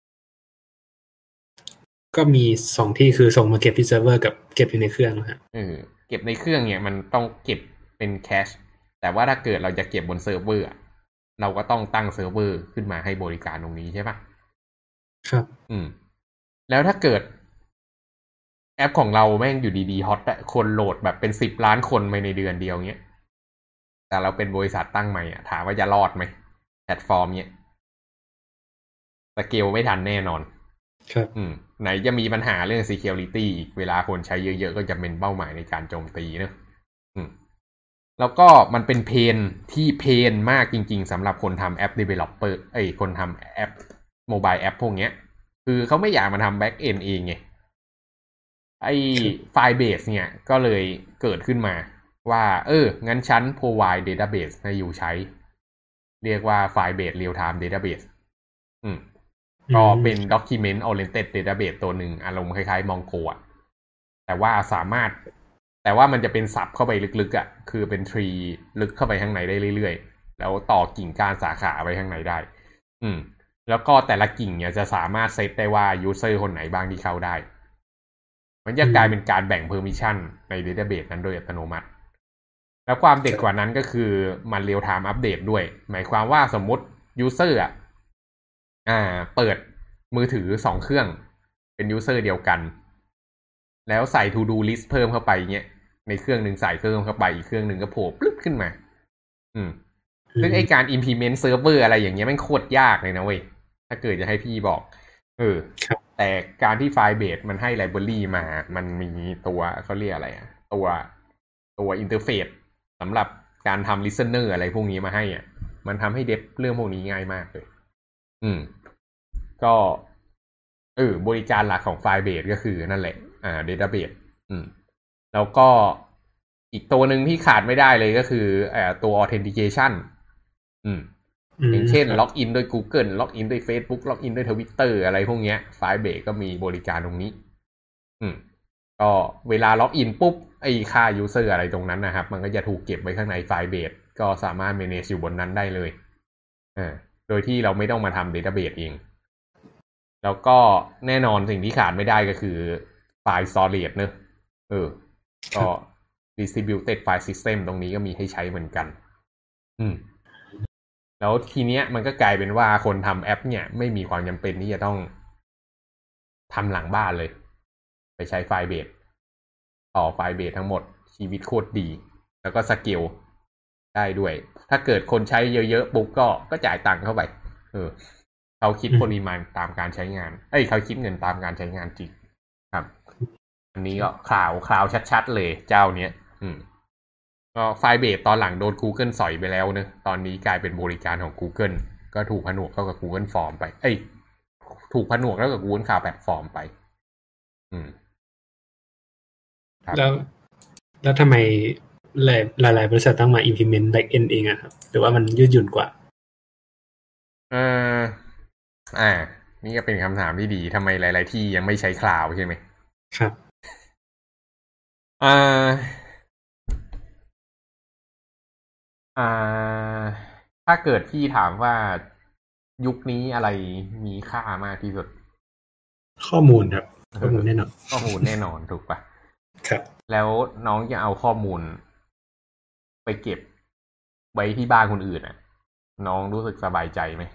ก็มีสองที่คือส่งมาเก็บที่เซิร์ฟเวอร์กับเก็บอยู่ในเครื่องนะฮะเออเก็บในเครื่องเนี่ยมันต้องเก็บเป็นแคชแต่ว่าถ้าเกิดเราจะเก็บบนเซิร์ฟเวอร์เราก็ต้องตั้งเซิร์ฟเวอร์ขึ้นมาให้บริการตรงนี้ใช่ปะครับอืมแล้วถ้าเกิดแอปของเราแม่งอยู่ดีๆฮอตอะคนโหลดแบบเป็นสิบล้านคนไปในเดือนเดียวเงี้ยแต่เราเป็นบริษัทตั้งใหม่อ่ะถามว่าจะรอดไหมแพลตฟอร์มเนี้ยสเกลไม่ทันแน่นอนครับอืมไหนจะมีปัญหาเรื่อง security อีกเวลาคนใช้เยอะๆก็จะเป็นเป้าหมายในการโจมตีเนอะอืมแล้วก็มันเป็นเพนที่เพนมากจริงๆสำหรับคนทำแอป developer เอ้ยคนทำแอปโมบายแอปพวกเนี้ยคือเขาไม่อยากมาทำ back end เองไงไอ้ไฟล์เบสเนี่ยก็เลยเกิดขึ้นมาว่าเอองั้นฉัน provide database ให้อยู่ใช้เรียกว่าไฟล์เบส real time database อืมก็เป็น document oriented database ตัวหนึ่งอารมณ์คล้ายๆ Mongo อ่ะแต่ว่าสามารถแต่ว่ามันจะเป็นซับเข้าไปลึกๆอ่ะคือเป็นทรีลึกเข้าไปข้างในได้เรื่อยๆแล้วต่อกิ่งก้านสาขาไปข้างในได้อืมแล้วก็แต่ละกิ่งเนี่ยจะสามารถเซตได้ว่า user คนไหนบ้างที่เข้าได้มันจะกลายเป็นการแบ่ง permission ใน database นั้นโดยอัตโนมัติแล้วความเด็ดกว่านั้นก็คือมัน real time update ด้วยหมายความว่าสมมุติ user อ่ะอ่าเปิดมือถือสองเครื่องเป็น user เดียวกันแล้วใส่ to do list เพิ่มเข้าไปเงี้ยในเครื่องหนึ่งใส่เพิ่มเข้าไปอีกเครื่องหนึ่งก็โผล่ปึ๊บขึ้นมาอืมซึ่งไอการ implement server อะไรอย่างเงี้ยมันโคตรยากเลยนะเว้ยถ้าเกิดจะให้พี่บอกเออแต่การที่ไฟล์เบสมันให้ library มามันมีตัวเขาเรียกอะไรอ่ะตัวตัวอินเทอร์เฟซสำหรับการทำ listener อะไรพวกนี้มาให้อ่ะมันทำให้เดฟเรื่องพวกนี้ง่ายมากเลยอืมก็เออบริการหลักของไฟล์เบสก็คือนั่นแหละอ่า database อืมแล้วก็อีกตัวหนึ่งที่ขาดไม่ได้เลยก็คือเอ่อตัว authentication อืมอย่างเช่นล็อกอินด้วย Google ล็อกอินด้วย Facebook ล็อกอินด้วย Twitter อะไรพวกเนี้ยไฟล์เบสก็มีบริการตรงนี้อืมก็เวลาล็อกอินปุ๊บไอ้ค่า user อะไรตรงนั้นนะครับมันก็จะถูกเก็บไว้ข้างในไฟล์เบสก็สามารถ manage อยู่บนนั้นได้เลยอ่าโดยที่เราไม่ต้องมาทำ database เองแล้วก็แน่นอนสิ่งที่ขาดไม่ได้ก็คือไฟล์ storage เนอะเออก็ distributed file system ตรงนี้ก็มีให้ใช้เหมือนกันอืมแล้วทีเนี้ยมันก็กลายเป็นว่าคนทำแอปเนี่ยไม่มีความจำเป็นที่จะต้องทำหลังบ้านเลยไปใช้ไฟล์เบสต่อไฟล์เบสทั้งหมดชีวิตโคตรดีแล้วก็สเกลได้ด้วยถ้าเกิดคนใช้เยอะๆปุ๊บก็ก็จ่ายตังค์เข้าไปเออเขาคิดปริมาณตามการใช้งานเอ้ยเขาคิดเงินตามการใช้งานจริงครับอันนี้ก็ข่าวข่าวชัดๆเลยเจ้าเนี้ยอืมก็ไฟล์เบสตอนหลังโดน Google สอยไปแล้วเนอะตอนนี้กลายเป็นบริการของ Google ก็ถูกผนวกเข้ากับ Google Form ไปเอ้ยถูกผนวกเข้ากับ Google Cloud Platform ไปอืมแล้วแล้วทำไมหลายหลายๆบริษัทต้องมา implement backend เองอะครับหรือว่ามันยืดหยุ่นกว่าอ่าอ่านี่ก็เป็นคำถามที่ดีทำไมหลายๆที่ยังไม่ใช้คลาวด์ใช่ไหมครับอ่าอ่าถ้าเกิดพี่ถามว่ายุคนี้อะไรมีค่ามากที่สุดข้อมูลครับข้อมูลแน่นอนข้อมูลแน่นอนถูกปะครับแล้วน้องจะเอาข้อมูลไปเก็บไว้ที่บ้านคนอื่นอ่ะน้องรู้สึกสบายใจไหม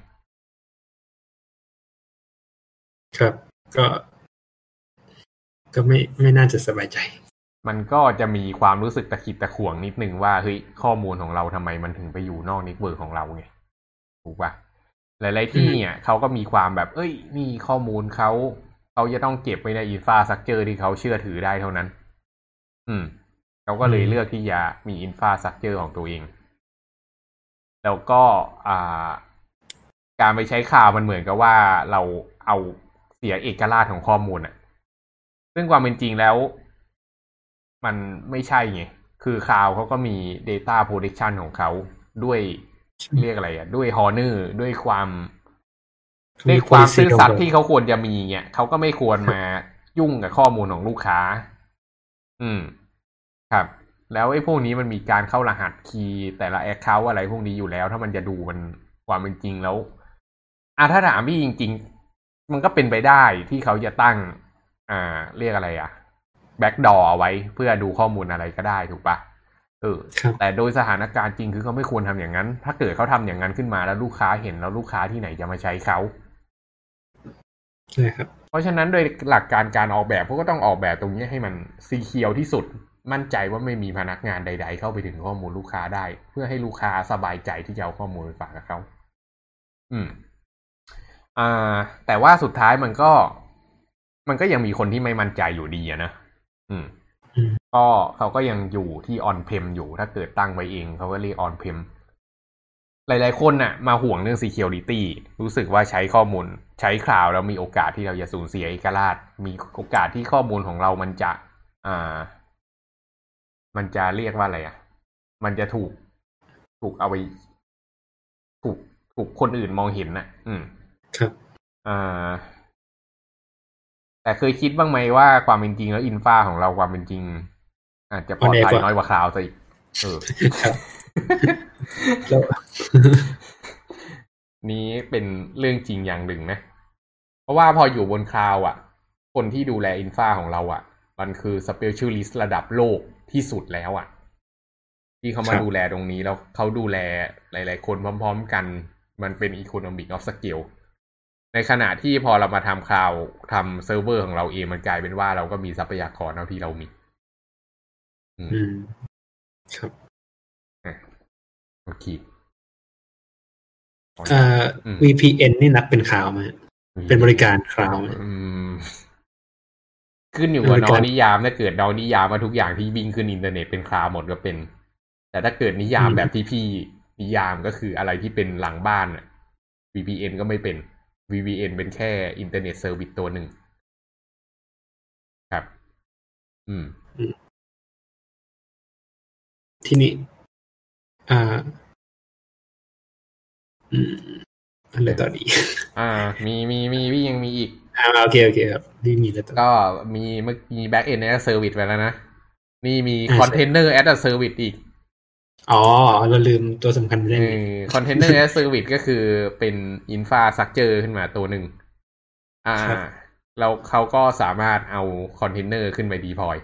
ครับก็ก็ไม่ไม่น่าจะสบายใจมันก็จะมีความรู้สึกตะขิดตะขวงนิดนึงว่าเฮ้ยข้อมูลของเราทำไมมันถึงไปอยู่นอกเน็ตเวิร์คของเราไงถูกปะหลายๆที่เนี่ยเขาก็มีความแบบเอ้ยนี่ข้อมูลเขาเขาจะต้องเก็บไว้ในอินฟราสตรัคเจอร์ที่เขาเชื่อถือได้เท่านั้นอืมเขาก็เลยเลือกที่จะมีอินฟราสตรัคเจอร์ของตัวเองแล้วก็อ่าการไปใช้ข่าวมันเหมือนกับว่าเราเอาเสียเอกราชของข้อมูลอ่ะซึ่งความเป็นจริงแล้วมันไม่ใช่ไงคือข่าวเขาก็มี data protection ของเขาด้วยเรียกอะไรอ่ะด้วย honor ด้วยความด้วยความซื่อสัตย์ที่เขาควรจะมีเนี่ยเขาก็ไม่ควรมายุ่งกับข้อมูลของลูกค้าอืมครับแล้วไอ้พวกนี้มันมีการเข้ารหัสคีย์แต่ละ account อะไรพวกนี้อยู่แล้วถ้ามันจะดูมันความเป็นจริงแล้วอ่ะถ้าถามพี่จริงๆมันก็เป็นไปได้ที่เขาจะตั้งอ่าเรียกอะไรอ่ะแบ็กดอร์เอาไว้เพื่อดูข้อมูลอะไรก็ได้ถูกปะเออแต่โดยสถานการณ์จริงคือเขาไม่ควรทำอย่างนั้นถ้าเกิดเขาทำอย่างนั้นขึ้นมาแล้วลูกค้าเห็นแล้วลูกค้าที่ไหนจะมาใช้เขาใช่ครับเพราะฉะนั้นโดยหลักการการออกแบบเขาก็ต้องออกแบบตรงนี้ให้มันซีเคียวที่สุดมั่นใจว่าไม่มีพนักงานใดๆเข้าไปถึงข้อมูลลูกค้าได้เพื่อให้ลูกค้าสบายใจที่จะเอาข้อมูลไปฝากกับเขาอืมอ่าแต่ว่าสุดท้ายมันก็มันก็ยังมีคนที่ไม่มั่นใจอยู่ดีอะนะอืมก็เขาก็ยังอยู่ที่ออนเพมอยู่ถ้าเกิดตั้งไว้เองเขาก็เรียกออนเพมหลายๆคนน่ะมาห่วงเรื่อง security รู้สึกว่าใช้ข้อมูลใช้คลาวด์แล้วมีโอกาสที่เราจะสูญเสียเอกราชมีโอกาสที่ข้อมูลของเรามันจะอ่ามันจะเรียกว่าอะไรอ่ะมันจะถูกถูกเอาไปถูกถูกคนอื่นมองเห็นน่ะอืมครับอ่าแต่เคยคิดบ้างไหมว่าความเป็นจริงแล้วอินฟาของเราความเป็นจริงอาจจะปลอดภัยน้อยกว่าคลาวด์ซะอีกเออนี้เป็นเรื่องจริงอย่างหนึ่งนะเพราะว่าพออยู่บนคลาวด์อ่ะคนที่ดูแลอินฟาของเราอ่ะมันคือสเปเชียลิสต์ระดับโลกที่สุดแล้วอ่ะที่เขามาดูแลตรงนี้แล้วเขาดูแลหลายๆคนพร้อมๆกันมันเป็น economic of scale ในขณะที่พอเรามาทำคลาวด์ทำเซิร์ฟเวอร์ของเราเองมันกลายเป็นว่าเราก็มีทรัพยากรเท่าที่เรามีอืมครับโอเคอ่า วี พี เอ็น นี่นับเป็นคลาวด์ไหมเป็นบริการคลาวด์ไหมขึ้นอยู่กับน้องนิยามถ้าเกิดน้องนิยามว่าทุกอย่างที่วิ่งขึ้นอินเทอร์เน็ตเป็นคลาวด์หมดก็เป็นแต่ถ้าเกิดนิยามแบบที่พี่นิยามก็คืออะไรที่เป็นหลังบ้าน วี พี เอ็น ก็ไม่เป็น วี พี เอ็น เป็นแค่อินเทอร์เน็ตเซอร์วิสตัวหนึ่งครับอืมที่นี่อ่าอืมอะไรต่อดีอ่ามีมีมีพี่ยังมีอีกอ่าโอเคโอเคครับที่มีแล้วก็มีเมื่อมี back end as a service ไปแล้วนะนี่มี container as a service อีกอ๋อเราลืมตัวสำคัญไปได้ไง container as a service ก็คือเป็น infrastructure ขึ้นมาตัวหนึ่งอ่าเราเขาก็สามารถเอา container ขึ้นไป deploy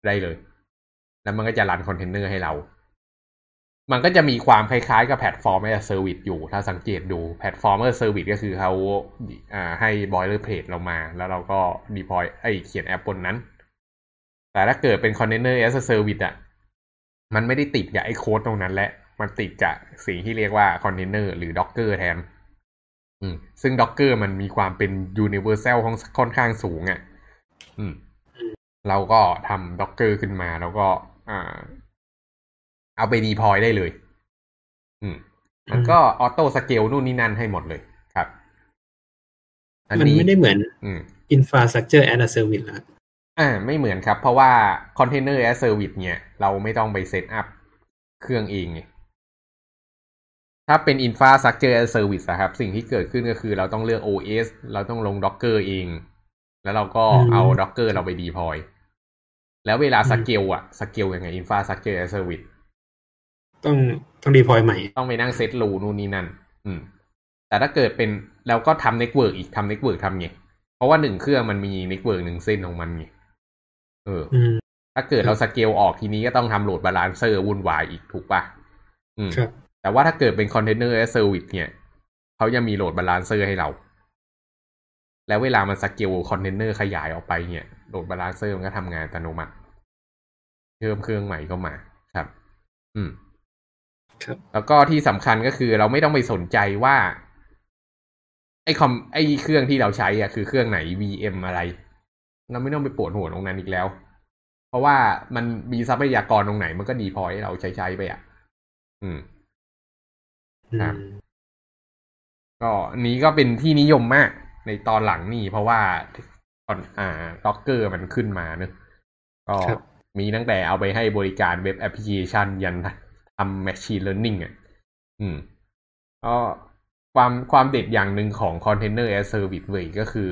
ได้เลยแล้วมันก็จะรันคอนเทนเนอร์ให้เรามันก็จะมีความคล้ายๆกับแพลตฟอร์มแอสเซอร์วิสอยู่ถ้าสังเกตดูแพลตฟอร์มแอสเซอร์วิสก็คือเขาอ่าให้ boilerplate เรามาแล้วเราก็ deploy ไอ้เขียนแอปบนนั้นแต่ถ้าเกิดเป็น container as a service อ่ะมันไม่ได้ติดกับไอ้โค้ดตรงนั้นและมันติดกับสิ่งที่เรียกว่า container หรือ docker แทนอืมซึ่ง docker มันมีความเป็น universal ค่อนข้างสูงอ่ะอืมเราก็ทำ docker ขึ้นมาแล้วก็อ่าเอาไป deploy ได้เลยอืมมันก็ออโต้สเกลนู่นนี่นั่นให้หมดเลยครับอันนี้มันไม่ได้เหมือน infrastructure as a service นะอ่าไม่เหมือนครับเพราะว่า container as service เนี่ยเราไม่ต้องไปเซตอัพเครื่องเองไงถ้าเป็น infrastructure as service นะครับสิ่งที่เกิดขึ้นก็คือเราต้องเลือก โอ เอส เราต้องลง docker เองแล้วเราก็เอา docker เราไป deploy แล้วเวลาสเกลอะสเกลยังไง infrastructure as service ต้องต้อง deploy ใหม่ต้องไปนั่งเซตรูนู่นนี่นั่นอืมแต่ถ้าเกิดเป็นเราก็ทำ network อีกทำ network ทำไงเพราะว่าหนึ่งเครื่องมันมี network หนึ่งเส้นของมันไงเออถ้าเกิดเราสเกลออกทีนี้ก็ต้องทำโหลดบาลานเซอร์วุ่นวายอีกถูกปะอืมแต่ว่าถ้าเกิดเป็น container as service เนี่ยเขาจะมีโหลดบาลานเซอร์ให้เราแล้วเวลามันสเกลคอนเทนเนอร์ขยายออกไปเนี่ยโหลดบาลานเซอร์มันก็ทำงานอัตโนมัติเพิ่มเครื่องใหม่เข้ามาครับอืมครับแล้วก็ที่สำคัญก็คือเราไม่ต้องไปสนใจว่าไอ้คอมไอ้เครื่องที่เราใช้อ่ะคือเครื่องไหน วี เอ็ม อะไรเราไม่ต้องไปปวดหัวตรงนั้นอีกแล้วเพราะว่ามันมีทรัพยากรตรงไหนมันก็ดีพอให้เราใช้ใช้ไปอ่ะอืมครับก็นี้ก็เป็นที่นิยมมากในตอนหลังนี่เพราะว่าตอนอ่า Docker มันขึ้นมาเนอะก็มีตั้งแต่เอาไปให้บริการเว็บแอปพลิเคชันยันทำ machine learning อ่ะอืมก็ความความเด็ดอย่างหนึ่งของ container as service เว้ยก็คือ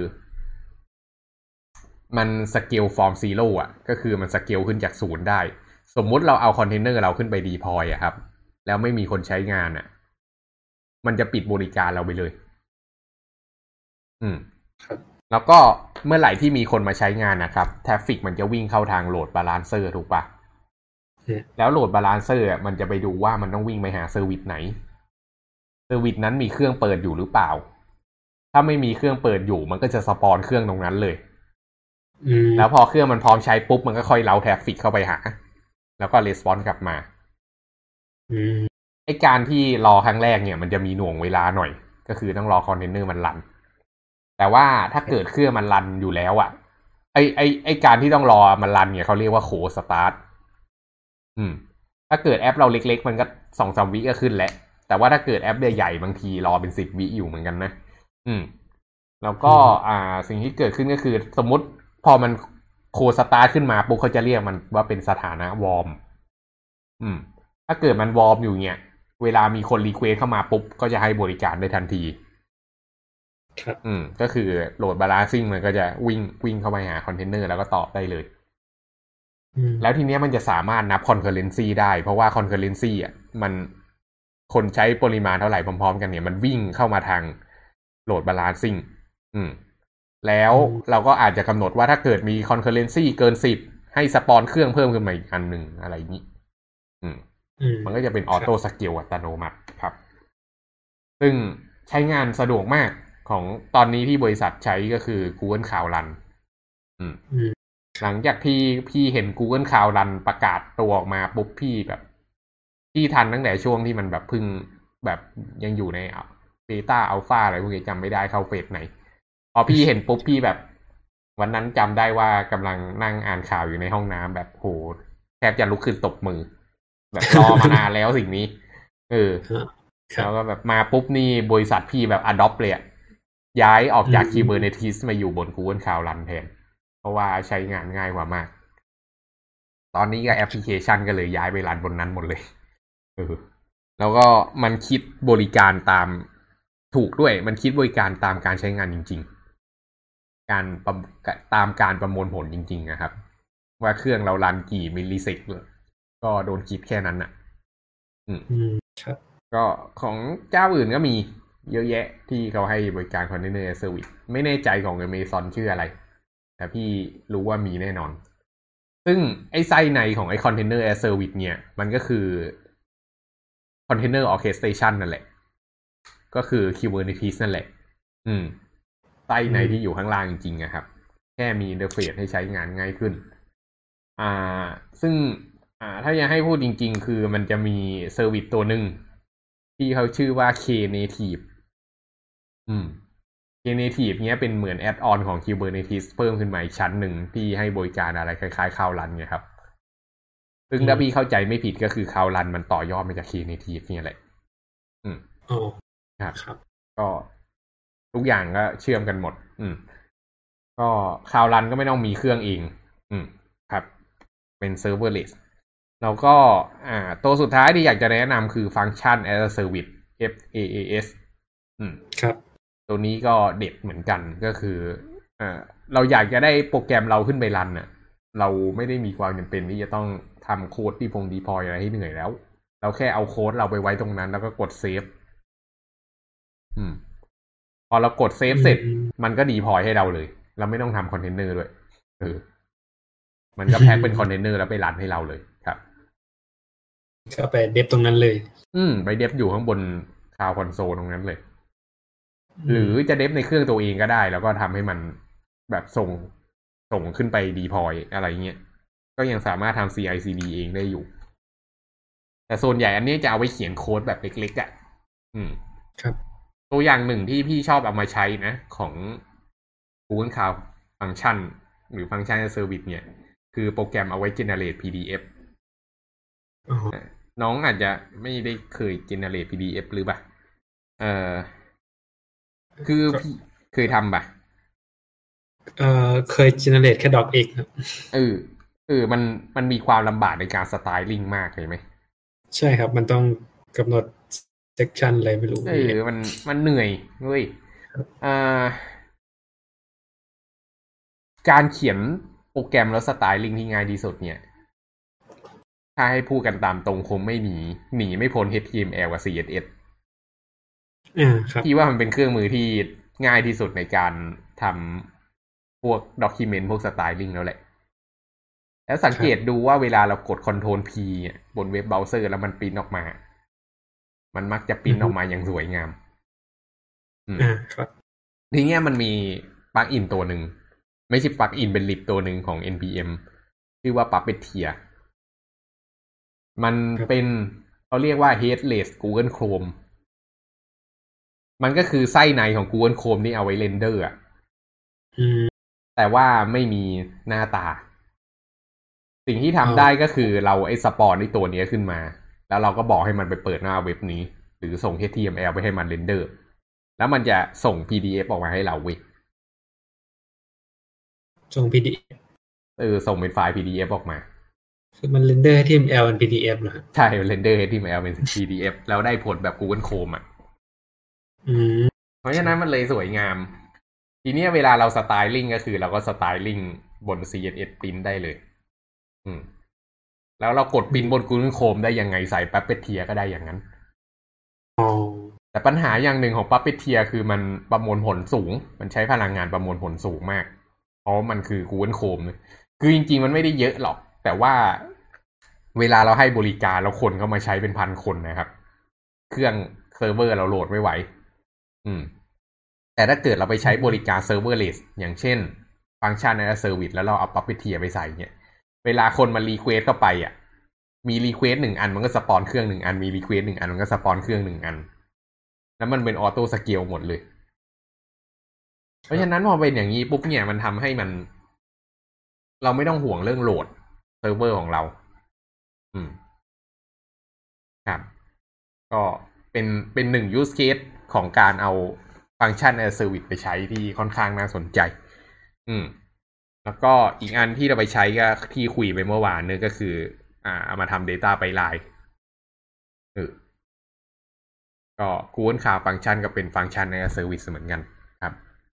มันสเกล from zero อ่ะก็คือมันสเกลขึ้นจากศูนย์ได้สมมุติเราเอาคอนเทนเนอร์เราขึ้นไป deploy อ่ะครับแล้วไม่มีคนใช้งานอ่ะมันจะปิดบริการเราไปเลยอืมแล้วก็เมื่อไหร่ที่มีคนมาใช้งานนะครับทราฟฟิกมันจะวิ่งเข้าทางโหลดบาลานเซอร์ถูกปะแล้วโหลดบาลานเซอร์อ่ะมันจะไปดูว่ามันต้องวิ่งไปหาเซอร์วิสไหนเซอร์วิสนั้นมีเครื่องเปิดอยู่หรือเปล่าถ้าไม่มีเครื่องเปิดอยู่มันก็จะสปอนเครื่องตรงนั้นเลยแล้วพอเครื่องมันพร้อมใช้ปุ๊บมันก็ค่อยเล้าทราฟฟิกเข้าไปหาแล้วก็รีสปอนส์กลับมาไอ้การที่รอครั้งแรกเนี่ยมันจะมีหน่วงเวลาหน่อยก็คือต้องรอคอนเทนเนอร์มันรันแต่ว่าถ้าเกิดเครื่องมันรันอยู่แล้วอ่ะไอไอไอการที่ต้องรอมันรันเนี่ยเขาเรียกว่าโคสตาร์ทอืมถ้าเกิดแอปเราเล็กๆมันก็สองสามวิก็ขึ้นแล้วแต่ว่าถ้าเกิดแอปใหญ่ๆบางทีรอเป็นสิบวิอยู่เหมือนกันนะอืมแล้วก็อ่าสิ่งที่เกิดขึ้นก็คือสมมติพอมันโคสตาร์ทขึ้นมาปุ๊บเขาจะเรียกมันว่าเป็นสถานะวอร์มอืมถ้าเกิดมันวอร์มอยู่เนี่ยเวลามีคนรีเควสเข้ามาปุ๊บก็จะให้บริการได้ทันทีครับอืมก็คือโหลดบาลานซิ่งมันก็จะวิ่งวิ่งเข้าไปหาคอนเทนเนอร์แล้วก็ตอบได้เลยแล้วทีเนี้ยมันจะสามารถนับคอนเคอร์เรนซีได้เพราะว่าคอนเคอร์เรนซีอ่ะมันคนใช้ปริมาณเท่าไหร่พร้อมๆกันเนี่ยมันวิ่งเข้ามาทางโหลดบาลานซิ่งอืมแล้วเราก็อาจจะกำหนดว่าถ้าเกิดมีคอนเคอร์เรนซีเกินสิบให้สปอนเครื่องเพิ่มขึ้นมาอีกอันหนึ่งอะไรอย่างนี้อืมมันก็จะเป็นออโต้สเกลอัตโนมัติครับซึ่งใช้งานสะดวกมากของตอนนี้ที่บริษัทใช้ก็คือ Google Cloud Run อืมหลังจากที่พี่เห็น Google Cloud Run ประกาศตัวออกมาปุ๊บพี่แบบพี่ทันตั้งแต่ช่วงที่มันแบบพึ่งแบบยังอยู่ในเบต้าอัลฟาอะไรพวกนี้จำไม่ได้เข้าเฟสไหนพอพี่เห็นปุ๊บพี่แบบวันนั้นจำได้ว่ากำลังนั่งอ่านข่าวอยู่ในห้องน้ำแบบโหแทบจะลุกขึ้นตบมือแบบรอมานานแล้วสิ่งนี้เออแล้วก็แบบมาปุ๊บนี่บริษัทพี่แบบ adopt เลยย้ายออกจาก Kubernetes มาอยู่บน Google Cloud Run แทนเพราะว่าใช้งานง่ายกว่ามากตอนนี้ก็แอปพลิเคชันก็เลยย้ายไปรันบนนั้นหมดเลยเออแล้วก็มันคิดบริการตามถูกด้วยมันคิดบริการตามการใช้งานจริงๆการตามการประมวลผลจริงๆนะครับว่าเครื่องเรารันกี่มิลลิเซกก็โดนคิดแค่นั้นน่ะอืมครับก็ของเจ้าอื่นก็มีเยอะแยะที่เขาให้บริการ Container as Service ไม่แน่ใจของ Amazon ชื่ออะไรแต่พี่รู้ว่ามีแน่นอนซึ่งไอ้ไส้ในของไอ้ Container as Service เนี่ยมันก็คือ Container Orchestration นั่นแหละก็คือ Kubernetes นั่นแหละอืมไส้ในที่อยู่ข้างล่างจริงๆนะครับแค่มีอินเทอร์เฟซให้ใช้งานง่ายขึ้นอ่าซึ่งอ่าถ้าอยากให้พูดจริงๆคือมันจะมีเซอร์วิสตัวหนึ่งที่เขาชื่อว่า Knative อืม Knative เนี้ยเป็นเหมือนแอดออนของ Kubernetes เพิ่มขึ้นมาอีกชั้นหนึ่งที่ให้บริการอะไรคล้ายๆ Cloud Run เนี่ยครับซึ่งถ้าพี่เข้าใจไม่ผิดก็คือ Cloud Run มันต่อยอดมาจาก Knative เนี่ยแหละอืมอ๋อครับครับก็ทุกอย่างก็เชื่อมกันหมดอืมก็ Cloud Run ก็ไม่ต้องมีเครื่องเองอืมครับเป็น serverless แล้วก็อ่าตัวสุดท้ายที่อยากจะแนะนำคือ Function as a Service เอฟ เอ เอ เอส อืมครับตัวนี้ก็เด็ดเหมือนกันก็คืออ่าเราอยากจะได้โปรแกรมเราขึ้นไปรันน่ะเราไม่ได้มีความจำเป็นที่จะต้องทำโค้ดที่พงดีพอยอะไรให้เหนื่อยแล้วเราแค่เอาโค้ดเราไปไว้ตรงนั้นแล้วก็กดเซฟอืมพอเรากดเซฟเสร็จมันก็ดีพอยให้เราเลยเราไม่ต้องทำคอนเทนเนอร์ด้วยเออมันก็แพ็คเป็นคอนเทนเนอร์แล้วไปรันให้เราเลยครับก็ไปเดฟตรงนั้นเลยอืมไปเดฟอยู่ข้างบนคลาวด์คอนโซลตรงนั้นเลยหรือจะเดฟในเครื่องตัวเองก็ได้แล้วก็ทำให้มันแบบส่งส่งขึ้นไปดีพอยอะไรเงี้ยก็ยังสามารถทำ ซี ไอ ซี ดี เองได้อยู่แต่ส่วนใหญ่อันนี้จะเอาไว้เขียนโค้ดแบบเล็กๆอ่ะอืมครับตัวอย่างหนึ่งที่พี่ชอบเอามาใช้นะของ Google Cloud Function หรือ Function as Service เนี่ยคือโปรแกรมเอาไว้ generate พี ดี เอฟอ๋อน้องอาจจะไม่ได้เคย generate พี ดี เอฟ หรือเปล่าเออคือพี่เคยทำป่ะเอ่อเคย generate แค่ docx ครับเออเออมันมันมีความลำบากในการสไตลิ่งมากเลยไหมใช่ครับมันต้องกำหนด section อะไรไม่รู้เออมันมันเหนื่อยเว้ยอ่าการเขียนโปรแกรมแล้วสไตลิ่งที่ง่ายที่สุดเนี่ยถ้าให้พูดกันตามตรงคงไม่หนีหนีไม่พ้น เอช ที เอ็ม แอล กับ ซี เอส เอสอ่าครับพี่ว่ามันเป็นเครื่องมือที่ง่ายที่สุดในการทำพวกด็อกิเมนต์พวกสไตลิ่งแล้วแหละแล้วสังเกตดูว่าเวลาเรากด Ctrl P บนเว็บเบราว์เซอร์แล้วมันปริ้นออกมามันมักจะปริ้นออกมาอย่างสวยงามอ่าครับทีเนี้ยมันมีปลั๊กอินตัวหนึ่งไม่ใช่ปลั๊กอินเป็นลิบตัวหนึ่งของ เอ็น พี เอ็ม ชื่อว่า Puppeteer มันเป็นเขาเรียกว่า headless Google Chrome มันก็คือไส้ในของ Google Chrome นี่เอาไว้เรนเดอร์อ่ะแต่ว่าไม่มีหน้าตาสิ่งที่ทำได้ก็คือเราไอ้สปอนไอ้ตัวนี้ขึ้นมาแล้วเราก็บอกให้มันไปเปิดหน้าเว็บนี้หรือส่ง เอช ที เอ็ม แอล ไปให้มันเรนเดอร์แล้วมันจะส่ง พี ดี เอฟ ออกมาให้เราเว้ยส่ง พี ดี เอฟเออส่งเป็นไฟล์ พี ดี เอฟ ออกมาคือมันเรนเดอร์ เอช ที เอ็ม แอล เป็น พี ดี เอฟ เหรอใช่เรนเดอร์ เอช ที เอ็ม แอล เป็น พี ดี เอฟ แล้วได้ผลแบบ Google Chrome อ่ะอืมเพราะฉะนั้นมันเลยสวยงามทีนี้เวลาเราสไตลิ่งก็คือเราก็สไตลิ่งบน ซี เอส เอส Print ได้เลยอืมแล้วเรากดปริ้นบน Google Chrome ได้ยังไงใส่ Puppeteer ก็ได้อย่างนั้นอ๋อแต่ปัญหาอย่างหนึ่งของ Puppeteer คือมันประมวลผลสูงมันใช้พลังงานประมวลผลสูงมากเพราะมันคือ Google Chrome คือจริงๆมันไม่ได้เยอะหรอกแต่ว่าเวลาเราให้บริการเราคนเข้ามาใช้เป็นพันคนนะครับเครื่องเซิร์ฟเวอร์เราโหลดไม่ไหวอืมแต่ถ้าเกิดเราไปใช้บริการ serverless อย่างเช่นฟังก์ชันใน service แล้วเราเอา Puppeteer ไปใส่เนี่ยเวลาคนมารีเควสเข้าไปอ่ะมีรีเควสหนึ่งอันมันก็สปอนเครื่องหนึ่งอันมีรีเควสหนึ่งอันมันก็สปอนเครื่องหนึ่งอันแล้วมันเป็นออโต้สเกลหมดเลยเพราะฉะนั้นพอเป็นอย่างนี้ปุ๊บเนี่ยมันทำให้มันเราไม่ต้องห่วงเรื่องโหลดเซิร์ฟเวอร์ของเราอืมครับก็เป็นเป็นหนึ่ง use case ของการเอาฟังก์ชัน as service ไปใช้ที่ค่อนข้างน่าสนใจอืมแล้วก็อีกอันที่เราไปใช้ก็ที่คุยไปเมื่อวานเนี่ยก็คืออ่าเอามาทำ data ไปไลน์เออก็ Google Cloud Function ก็เป็นฟังก์ชันใน service เหมือนกันครับ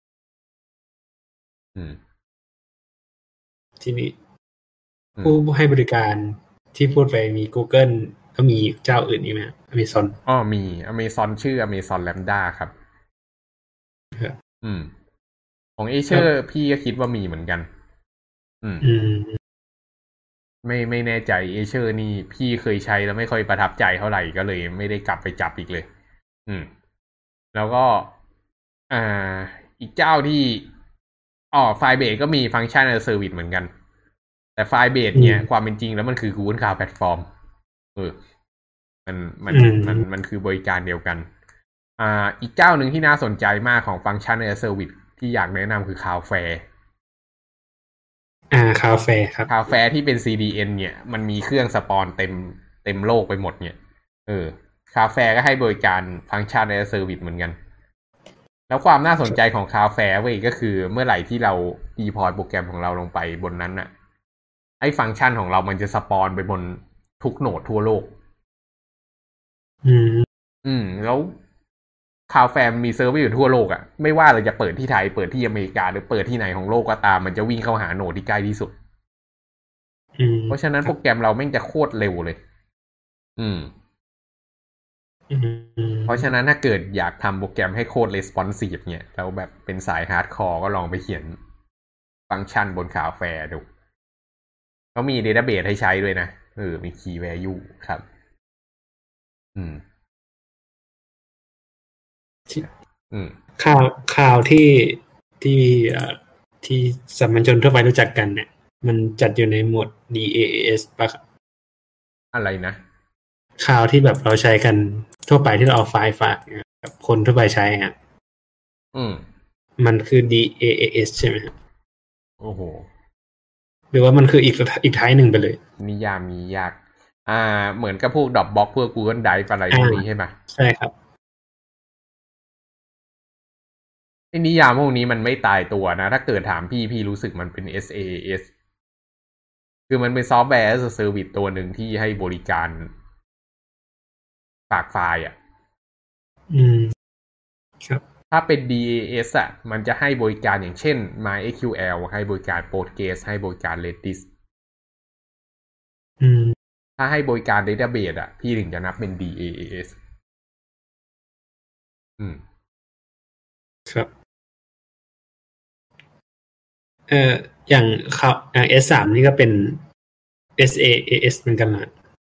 อืมทีนี้ผู้ให้บริการที่พูดไปมี Google ก็มีเจ้าอื่นอีกไหม Amazon อ๋อมี Amazon ชื่อ Amazon Lambda ครับอืมของ Azure พี่ก็คิดว่ามีเหมือนกันอืมไม่ไม่แน่ใจเอเชอร์นี่พี่เคยใช้แล้วไม่ค่อยประทับใจเท่าไหร่ก็เลยไม่ได้กลับไปจับอีกเลยอืมแล้วก็อ่าอีกเจ้าที่อ๋อไฟล์เบสก็มีฟังก์ชันas a service เหมือนกันแต่ไฟล์เบสเนี่ยความเป็นจริงแล้วมันคือ Google Cloud Platform เออมันมันมันมันคือบริการเดียวกันอ่าอีกเจ้าหนึ่งที่น่าสนใจมากของฟังก์ชันas a service ที่อยากแนะนำคือ Cloudflare อ่า Cloudflare ครับ Cloudflare ที่เป็น ซี ดี เอ็น เนี่ยมันมีเครื่องสปอนเต็มเต็มโลกไปหมดเนี่ยเออ Cloudflare ก็ให้บริการฟังก์ชัน as a service เหมือนกันแล้วความน่าสนใจของ Cloudflare เว้ยก็คือเมื่อไหร่ที่เรา deploy โปรแกรมของเราลงไปบนนั้นน่ะไอ้ฟังก์ชันของเรามันจะสปอนไปบนทุกโนดทั่วโลกอืมอืมแล้วCloudflareมีเซิร์ฟเวอร์อยู่ทั่วโลกอ่ะไม่ว่าเราจะเปิดที่ไทยเปิดที่อเมริกาหรือเปิดที่ไหนของโลกก็ตามมันจะวิ่งเข้าหาโนดที่ใกล้ที่สุดเพราะฉะนั้นโปรแกรมเราแม่งจะโคตรเร็วเลยอืมเพราะฉะนั้นถ้าเกิดอยากทำโปรแกรมให้โคตร responsive เนี่ยแล้วแบบเป็นสายฮาร์ดคอร์ก็ลองไปเขียนฟังก์ชันบน Cloudflare ดูเขามี database ให้ใช้ด้วยนะเออมี key value ครับอืมอืมข่าวข่าวที่ที่เอ่อที่สามัญชนทั่วไปรู้จักกันเนี่ยมันจัดอยู่ในหมวด ดี เอ เอส ป่ะครับอะไรนะข่าวที่แบบเราใช้กันทั่วไปที่เราเอาไฟล์ฝากกับคนทั่วไปใช้อ่ะอืมมันคือ ดี เอ เอ เอส ใช่ไหมครับโอ้โหหรือว่ามันคืออีกอีกไทป์หนึ่งไปเลยนิยามมียากอ่าเหมือนกับพวก Dropbox พวก Google Drive อะไรพวกนี้ใช่ไหมใช่ครับไอ้นิยามพวกนี้มันไม่ตายตัวนะถ้าเกิดถามพี่พี่รู้สึกมันเป็น เอส เอ เอส คือมันเป็นซอฟต์แวร์ as a service ตัวหนึ่งที่ให้บริการฝากไฟล์อ่ะอืมครับถ้าเป็น ดี เอ เอส อ่ะมันจะให้บริการอย่างเช่น MySQL ให้บริการ Postgres ให้บริการ Redis อืมถ้าให้บริการ Database อ่ะพี่ถึงจะนับเป็น ดี เอ เอ เอส อืมครับเอ่ออย่างเขาอย่าง เอส สาม นี่ก็เป็น เอส เอ เอ เอส เหมือนกันนะ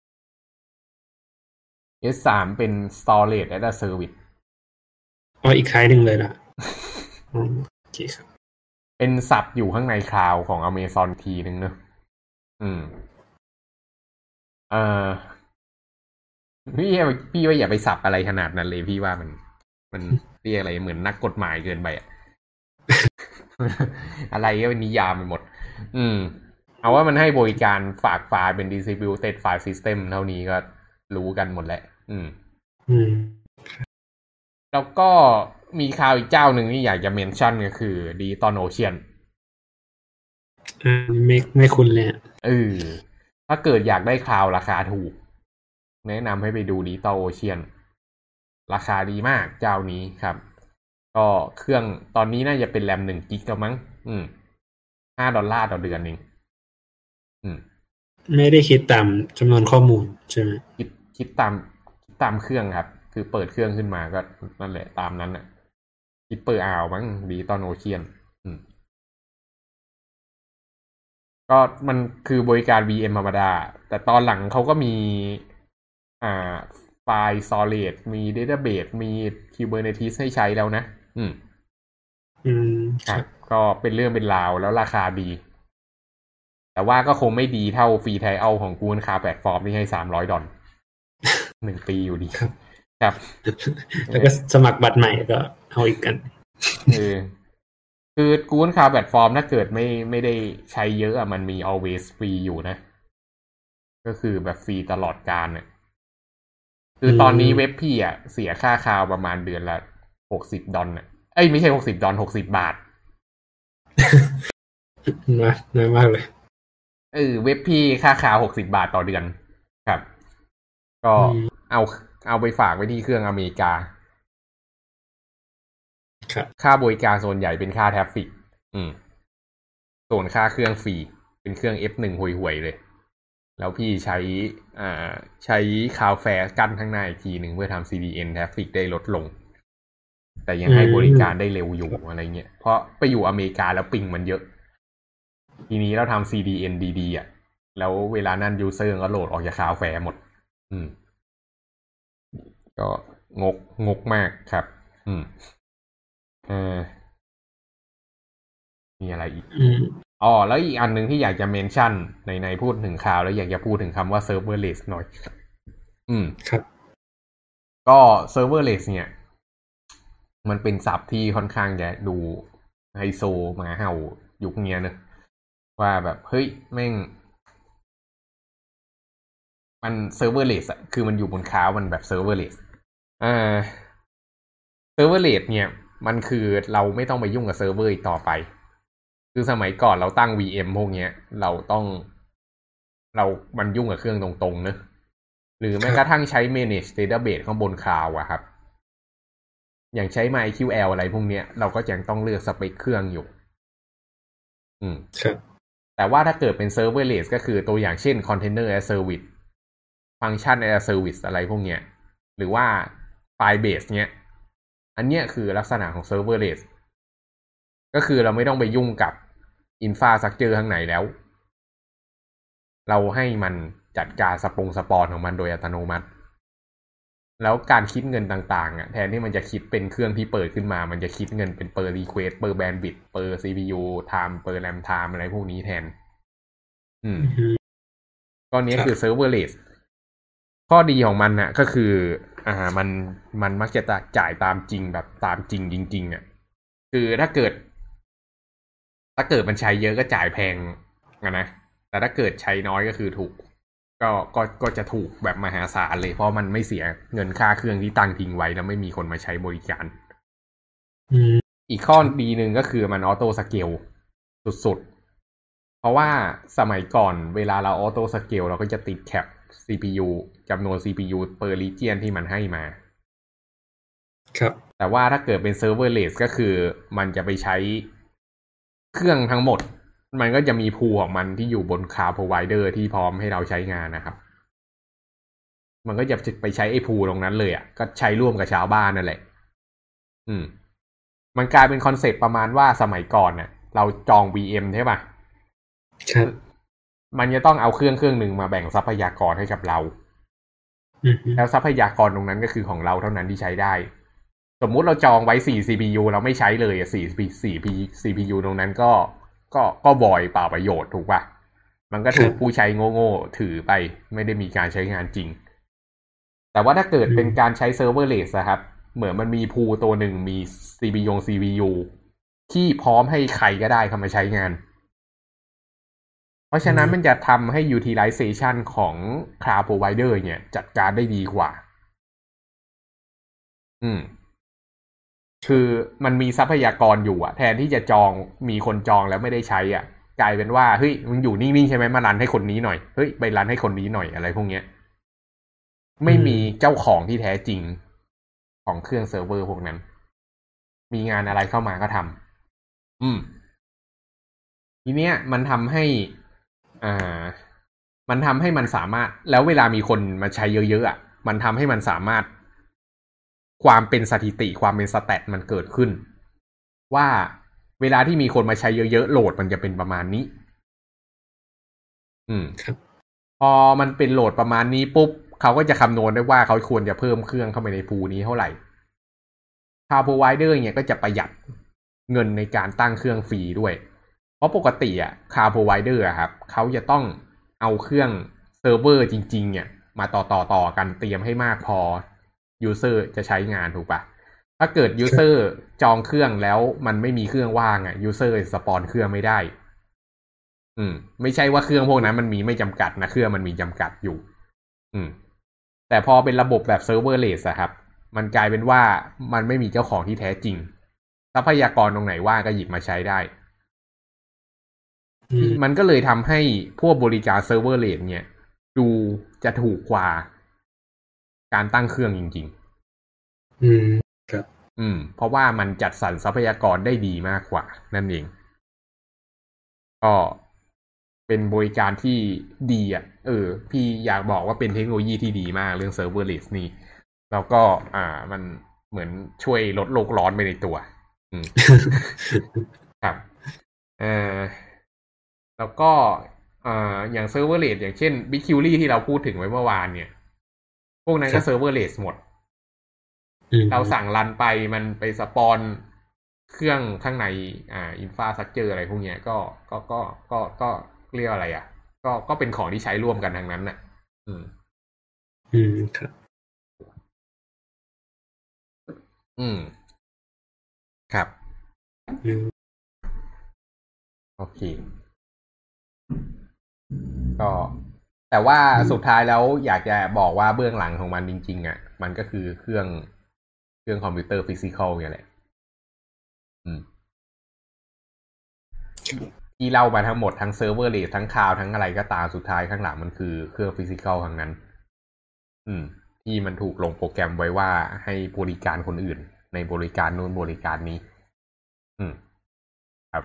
เอส สาม เป็น Storage as a Service อ๋ออีกคล้ายหนึ่งเลยล่ะโอเคครับเป็นซับอยู่ข้างในคลาวด์ของ Amazon ทีนึงเนอะอืมเอ่อพี่พี่ว่าอย่าไปสับอะไรขนาดนั้นเลยพี่ว่ามันมันเรียกอะไรเหมือนนักกฎหมายเกินไปอะ อะไรก็เป็นนิยามไปหมดอืมเอาว่ามันให้บริการฝากไฟล์เป็น distributed file system เท่านี้ก็รู้กันหมดแล้วอืมอืมแล้วก็มีข่าวอีกเจ้าหนึ่งที่อยากจะเมนชั่นก็คือ Digital Ocean อ่าไม่ไม่คุ้นเลยเออถ้าเกิดอยากได้คลาวด์ราคาถูกแนะนำให้ไปดู Digital Ocean ราคาดีมากเจ้านี้ครับก็เครื่องตอนนี้น่าจะเป็นแรมหนึ่งกิกะมั้งอืมห้าดอลลาร์ต่อเดือนเองอืมไม่ได้คิดตามจำนวนข้อมูลใช่ไหมคิดคิดตามคิดตามเครื่องครับคือเปิดเครื่องขึ้นมาก็นั่นแหละตามนั้นน่ะคิดเปิดอ่าวมั้งดีตอนโอเชียนอืมก็มันคือบริการ วี เอ็ม ธรรมดาแต่ตอนหลังเขาก็มีอ่าไฟล์ solid มี database มี Kubernetes ให้ใช้แล้วนะอืมอืมครับก็เป็นเรื่องเป็นราวแล้วราคาดีแต่ว่าก็คงไม่ดีเท่าฟรีไทเอาของ Google Cloud Platform ที่ให้สามร้อยดอลหนึ่งปีอยู่ดีครับครับแล้วก็สมัครบัตรใหม่ก็เอาอีกกันเออคือ Google Cloud Platform ถ้าเกิดไม่ไม่ได้ใช้เยอะอ่ะมันมี always free อยู่นะก็คือแบบฟรีตลอดกาลเนี่ยคือตอนนี้เว็บพี่อ่ะเสียค่าคลาวประมาณเดือนละหกสิบดอลน่ะเอ้ยไม่ใช่หกสิบดอลหกสิบบาทน้อยน้อยมากเลยเออเว็บพี่ค่าคลาวหกสิบบาทต่อเดือนครับก็เอาเอาไปฝากไว้ที่เครื่องอเมริกาค่าบริการส่วนใหญ่เป็นค่าแทรฟฟิกอืมส่วนค่าเครื่องฟรีเป็นเครื่อง เอฟ หนึ่ง ห่วยๆเลยแล้วพี่ใช้อ่าใช้ Cloudflare กั้นข้างหน้าอีกทีหนึ่งเพื่อทำ ซี ดี เอ็น traffic ได้ลดลงแต่ยังให้บริการได้เร็วอยู่อะไรเงี้ยเพราะไปอยู่อเมริกาแล้วปิงมันเยอะทีนี้เราทำ ซี ดี เอ็น ดีๆอ่ะแล้วเวลานั้นยูเซอร์ก็โหลดออกจากคลาวด์แฟร์หมดอืมก็งกงกมากครับอืมเออมีอะไรอีกอ๋อแล้วอีกอันนึงที่อยากจะเมนชั่นในในพูดถึงข่าวแล้วอยากจะพูดถึงคำว่า serverless หน่อยอืมครับก็ serverless เนี่ยมันเป็นศัพท์ที่ค่อนข้างจะดูไฮโซมาเห่ายุคเนี้ยนะว่าแบบเฮ้ยแม่งมัน serverless อะคือมันอยู่บนคลาวด์มันแบบ serverless อ่า serverless เนี่ยมันคือเราไม่ต้องไปยุ่งกับเซิร์ฟเวอร์อีกต่อไปคือสมัยก่อนเราตั้ง วี เอ็ม พวกเนี้ยเราต้องเรามันยุ่งกับเครื่องตรงๆเนอะหรือแม้กระทั่งใช้ manage database ข้างบนคลาวด์อะครับอย่างใช้ MySQL อะไรพวกเนี้ยเราก็ยังต้องเลือกสเปคเครื่องอยู่อืมครับแต่ว่าถ้าเกิดเป็น serverless ก็คือตัวอย่างเช่น container as service function as service อะไรพวกเนี้ยหรือว่า file base เนี้ยอันเนี้ยคือลักษณะของ serverless ก็คือเราไม่ต้องไปยุ่งกับ infrastructure ข้างในแล้วเราให้มันจัดการสปงสปอนของมันโดยอัตโนมัติแล้วการคิดเงินต่างๆอ่ะแทนที่มันจะคิดเป็นเครื่องที่เปิดขึ้นมามันจะคิดเงินเป็น per request per bandwidth per ซี พี ยู time per RAM time อะไรพวกนี้แทนอืมก็นี้คือ serverless ข้อดีของมันน่ะก็คืออ่ามันมันมักจะจ่ายตามจริงแบบตามจริงจริงๆอ่ะคือถ้าเกิดถ้าเกิดมันใช้เยอะก็จ่ายแพงอะนะแต่ถ้าเกิดใช้น้อยก็คือถูกก็ก็ก็จะถูกแบบมหาศาลเลยเพราะมันไม่เสียเงินค่าเครื่องที่ตั้งทิ้งไว้แล้วไม่มีคนมาใช้บริการอีกข้อดีหนึ่งก็คือมันออโต้สเกลสุดๆเพราะว่าสมัยก่อนเวลาเราออโต้สเกลเราก็จะติดแคป ซี พี ยู จำนวน ซี พี ยู per region ที่มันให้มาครับแต่ว่าถ้าเกิดเป็น serverless ก็คือมันจะไปใช้เครื่องทั้งหมดมันก็จะมีพูลของมันที่อยู่บน cloud provider ที่พร้อมให้เราใช้งานนะครับมันก็จะไปใช้ไอ้พูลตรงนั้นเลยอ่ะก็ใช้ร่วมกับชาวบ้านนั่นแหละอืมมันกลายเป็นคอนเซ็ปต์ประมาณว่าสมัยก่อนเนี่ยเราจอง วี เอ็ม ใช่ป่ะครับมันจะต้องเอาเครื่องเครื่องหนึ่งมาแบ่งทรัพยากรให้กับเราแล้วทรัพยากรตรงนั้นก็คือของเราเท่านั้นที่ใช้ได้สมมุติเราจองไว้สี่ ซี พี ยู เราไม่ใช้เลยอ่ะสี่ สี่ ซี พี ยู ตรงนั้นก็ก็ก็บอยเปล่าประโยชน์ถูกป่ะมันก็ถูกผู้ใช้โง่ๆถือไปไม่ได้มีการใช้งานจริงแต่ว่าถ้าเกิดเป็นการใช้เซิร์ฟเวอร์เลสครับเหมือนมันมีพูลตัวหนึ่งมี ซี พี ยู ซี พี ยู ที่พร้อมให้ใครก็ได้เข้ามาใช้งานเพราะฉะนั้นมันจะทำให้ utilization ของ cloud provider เนี่ยจัดการได้ดีกว่าอืมคือมันมีทรัพยากรอยู่อ่ะแทนที่จะจองมีคนจองแล้วไม่ได้ใช้อ่ะกลายเป็นว่าเฮ้ยมึงอยู่นิ่งๆใช่ไหมมารันให้คนนี้หน่อยเฮ้ยไปรันให้คนนี้หน่อยอะไรพวกเนี้ยไม่มีเจ้าของที่แท้จริงของเครื่องเซิร์ฟเวอร์พวกนั้นมีงานอะไรเข้ามาก็ทำอืมทีเนี้ยมันทำให้อ่ามันทำให้มันสามารถแล้วเวลามีคนมาใช้เยอะๆอ่ะมันทำให้มันสามารถความเป็นสถิติความเป็นสแตทมันเกิดขึ้นว่าเวลาที่มีคนมาใช้เยอะๆโหลดมันจะเป็นประมาณนี้อืมครับพอมันเป็นโหลดประมาณนี้ปุ๊บเขาก็จะคำนวณได้ว่าเขาควรจะเพิ่มเครื่องเข้าไปในพูลนี้เท่าไหร่คลาวด์โพรไวเดอร์เนี่ยก็จะประหยัดเงินในการตั้งเครื่องฟรีด้วยเพราะปกติอ่ะคลาวด์โพรไวเดอร์ครับเขาจะต้องเอาเครื่องเซิร์ฟเวอร์จริงๆเนี่ยมาต่อต่อต่อกันเตรียมให้มากพอยูเซอร์จะใช้งานถูกปะถ้าเกิดยูเซอร์จองเครื่องแล้วมันไม่มีเครื่องว่างอ่ะยูเซอร์สปอนเครื่องไม่ได้อืมไม่ใช่ว่าเครื่องพวกนั้นมันมีไม่จำกัดนะเครื่องมันมีจำกัดอยู่อืมแต่พอเป็นระบบแบบเซิร์ฟเวอร์เลสอะครับมันกลายเป็นว่ามันไม่มีเจ้าของที่แท้จริงทรัพยากรตรงไหนว่างก็หยิบมาใช้ได้มันก็เลยทำให้พวกบริการเซิร์ฟเวอร์เลสเนี่ยดูจะถูกกว่าการตั้งเครื่องจริงๆอืมครับอืมเพราะว่ามันจัดสรรทรัพยากรได้ดีมากกว่านั่นเองก็เป็นบริการที่ดีอ่ะเออพี่อยากบอกว่าเป็นเทคโนโลยีที่ดีมากเรื่องเซิร์ฟเวอร์เลสนี่แล้วก็อ่ามันเหมือนช่วยลดโลกร้อนไปในตัวอืมครับเออแล้วก็อ่าอย่างเซิร์ฟเวอร์เลสอย่างเช่น BigQuery ที่เราพูดถึงไว้เมื่อวานเนี่ยพวกนั้นก็เซิร์ฟเวอร์เลสหมดเราสั่งรันไปมันไปสปอนเครื่องข้างในอ่าอินฟราสตรัคเจอร์อะไรพวกเนี้ยก็ก็ก็ก็ก็เรียกอะไรอ่ะก็ก็เป็นของที่ใช้ร่วมกันทั้งนั้นน่ะอืมอืมครับอืมครับอืมโอเคก็แต่ว่าสุดท้ายแล้วอยากจะบอกว่าเบื้องหลังของมันจริงๆอ่ะมันก็คือเครื่องเครื่องคอมพิวเตอร์ฟิสิกอลเนี่ยแหละอืมที่เล่ามาทั้งหมดทั้งเซิร์ฟเวอร์เลสทั้งคลาวด์ทั้งอะไรก็ตามสุดท้ายข้างหลังมันคือเครื่องฟิสิกอลทั้งนั้น อืมที่มันถูกลงโปรแกรมไว้ว่าให้บริการคนอื่นในบริการนู้นบริการนี้ อืมครับ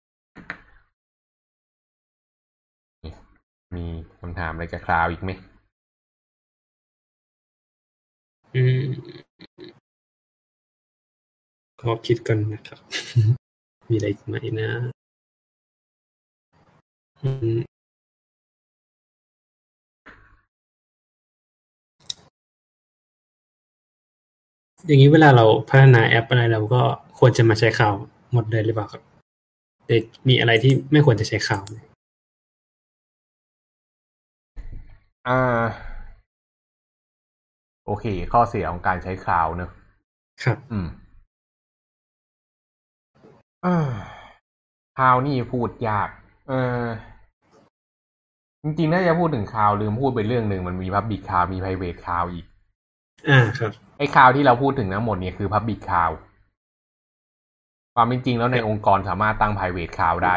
มีคำถามอะไรกับคลาวอีกไหมอืมขอคิดกันนะครับ มีอะไรไหมนะอืมอย่างนี้เวลาเราพัฒนาแอปอะไรเราก็ควรจะมาใช้ข่าวหมดเลยหรือเปล่าครับแต่มีอะไรที่ไม่ควรจะใช้ข่าวไหมอ่าโอเคข้อเสียของการใช้คลาวเนอะครับอืมอ่าคลาวนี่พูดยากเออจริงๆน่าจะพูดถึงคลาวลืมพูดไปเรื่องหนึ่งมันมี Public Cloud มี Private Cloud อีกอ่าครับไอ้คลาวที่เราพูดถึงทั้งหมดเนี่ยคือ Public Cloud ความเป็นจริงแล้วในองค์กรสามารถตั้ง Private Cloud ได้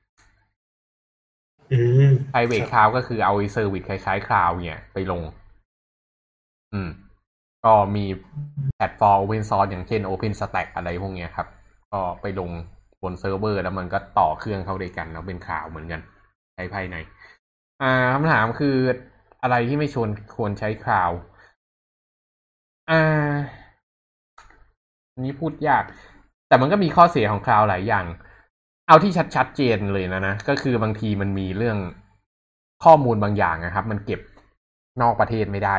อืมค Private รับ Cloud ก็คือเอาไอ้เซอร์วิสคล้ายๆ Cloud เนี่ยไปลง อืมก็มีแพลตฟอร์ม Open Source อย่างเช่น OpenStack อะไรพวกเนี้ยครับก็ไปลงบนเซิร์ฟเวอร์แล้วมันก็ต่อเครื่องเข้าด้วยกันแล้วเป็นข่าวเหมือนกันใช้ภายในอ่าคำถามคืออะไรที่ไม่ชวนควรใช้คลาวด์อ่าอันนี้พูดยากแต่มันก็มีข้อเสียของคลาวด์หลายอย่างเอาที่ชัดๆเจนเลยนะนะก็คือบางทีมันมีเรื่องข้อมูลบางอย่างนะครับมันเก็บนอกประเทศไม่ได้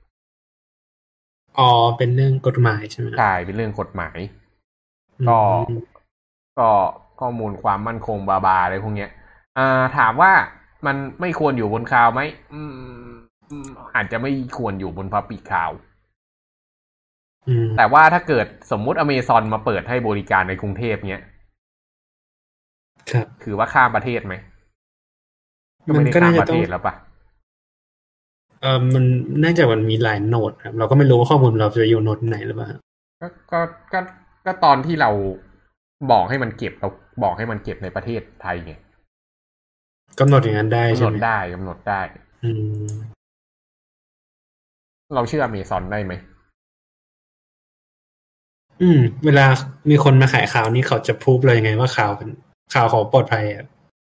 อ๋อเป็นเรื่องกฎหมายใช่ไหมใช่เป็นเรื่องกฎหมายก็ก็ข้อมูลความมั่นคงบาบาอะไรพวกเนี้ยอ่าถามว่ามันไม่ควรอยู่บนคลาวด์ไหมอืมอาจจะไม่ควรอยู่บนพับปิกคลาวด์แต่ว่าถ้าเกิดสมมุติอเมซอนมาเปิดให้บริการในกรุงเทพเนี้ยครับคือว่าข้ามประเทศไหมก็ไม่ได้ข้ามประเทศแล้วปะเออมันเนื่องจากมันมีหลายโนดครับเราก็ไม่รู้ว่าข้อมูลเราจะอยู่โนดไหนหรือเปล่าก็ก็ก็ก็ตอนที่เราบอกให้มันเก็บเราบอกให้มันเก็บในประเทศไทยไงกำหนดอย่างนั้นได้กำหนใช่ไหมดได้กำหนดได้อืมเราเชื่ออเมซอนได้ไหมอืมเวลามีคนมาขายข่าวนี่เขาจะพูดเลยยังไงว่าข่าวเป็นข่าวของปลอดภัยอ่ะ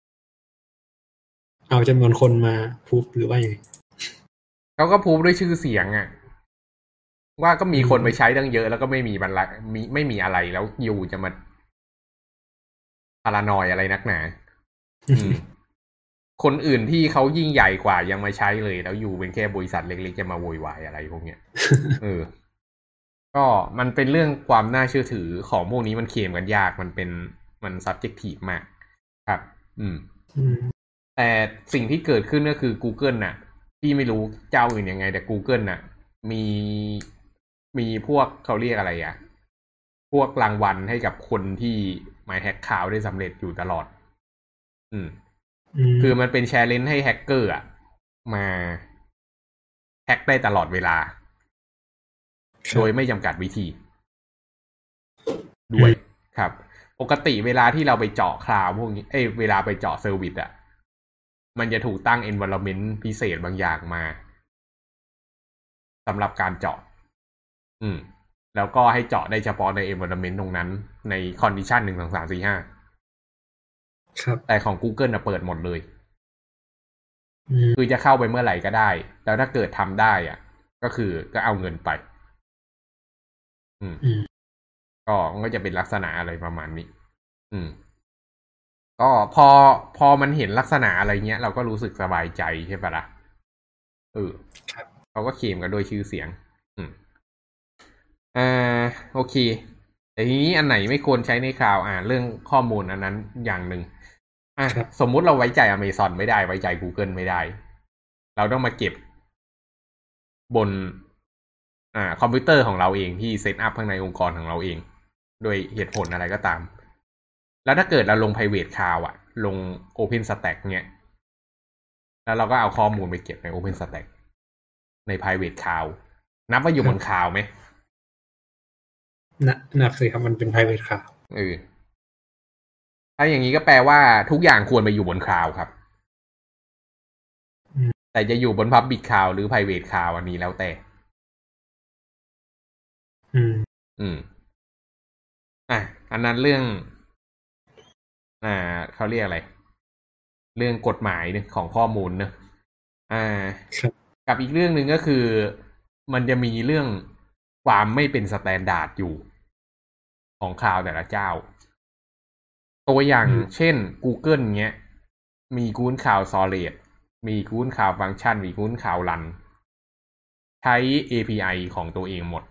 เอาจำนวนคนมาพูดหรือว่ายังไงเขาก็พูดด้วยชื่อเสียงอ่ะว่าก็มีคนไปใช้ตั้งเยอะแล้วก็ไม่มีบรรลักมีไม่มีอะไรแล้วอยู่จะมาพารานอยอะไรนักหนาอืมคนอื่นที่เขายิ่งใหญ่กว่ายังมาใช้เลยแล้วอยู่เป็นแค่บริษัทเล็กๆจะมาโวยวายอะไรพวกเนี้ยเออก็มันเป็นเรื่องความน่าเชื่อถือของพวกนี้มันเคลมกันยากมันเป็นมัน subjective มากครับ อืมแต่สิ่งที่เกิดขึ้นก็คือ Google น่ะที่ไม่รู้เจ้าอื่นยังไงแต่ Google น่ะมีมีพวกเขาเรียกอะไรอ่ะพวกรางวัลให้กับคนที่มาแฮ็กข่าวได้สำเร็จอยู่ตลอด อืมคือมันเป็นแชร์เลนให้แฮกเกอร์อ่ะมาแฮ็กได้ตลอดเวลาโดยไม่จำกัดวิธีด้วยครับปกติเวลาที่เราไปเจาะคลาวพวกนี้เอ้ยเวลาไปเจาะเซอร์วิสอ่ะมันจะถูกตั้ง environment พิเศษบางอย่างมาสำหรับการเจาะอืมแล้วก็ให้เจาะได้เฉพาะใน environment ตรงนั้นใน condition หนึ่ง สอง สาม สี่ ห้าครับแต่ของ Google น่ะเปิดหมดเลยคือจะเข้าไปเมื่อไหร่ก็ได้แล้วถ้าเกิดทำได้อ่ะก็คือก็เอาเงินไปอืมก็มันก็จะเป็นลักษณะอะไรประมาณนี้ อืมก็พอพอมันเห็นลักษณะอะไรเงี้ยเราก็รู้สึกสบายใจใช่ปะล่ะเออเขาก็เคลมกันโดยชื่อเสียงอืมอ่าโอเคแต่ทีนี้อันไหนไม่ควรใช้ในคลาวด์อ่าเรื่องข้อมูลอันนั้นอย่างหนึ่งอ่ะสมมุติเราไว้ใจ Amazon ไม่ได้ไว้ใจ Google ไม่ได้เราต้องมาเก็บบนอ่าคอมพิวเตอร์ของเราเองที่เซตอัพข้างในองค์กรของเราเองโดยเหตุผลอะไรก็ตามแล้วถ้าเกิดเราลง private cloud อะลง OpenStack เนี้ยแล้วเราก็เอาข้อมูลไปเก็บใน OpenStack ใน private cloud นับว่าอยู่บน cloud ไหมนะนับสิครับมันเป็น private cloud เออถ้าอย่างนี้ก็แปลว่าทุกอย่างควรไปอยู่บน cloud ครับแต่จะอยู่บน public cloud หรือ private cloud อันนี้แล้วแต่อืมอืมอ่ะอันนั้นเรื่องอ่าเขาเรียกอะไรเรื่องกฎหมายเนี่ยของข้อมูลเนอะอ่ากับอีกเรื่องหนึ่งก็คือมันจะมีเรื่องความไม่เป็นสแตนดาร์ดอยู่ของคลาวด์แต่ละเจ้าตัวอย่างเช่น Google เงี้ยมี Google Cloud Storage มี Google Cloud Function มี Google Cloud Run ใช้ เอ พี ไอ ของตัวเองหมด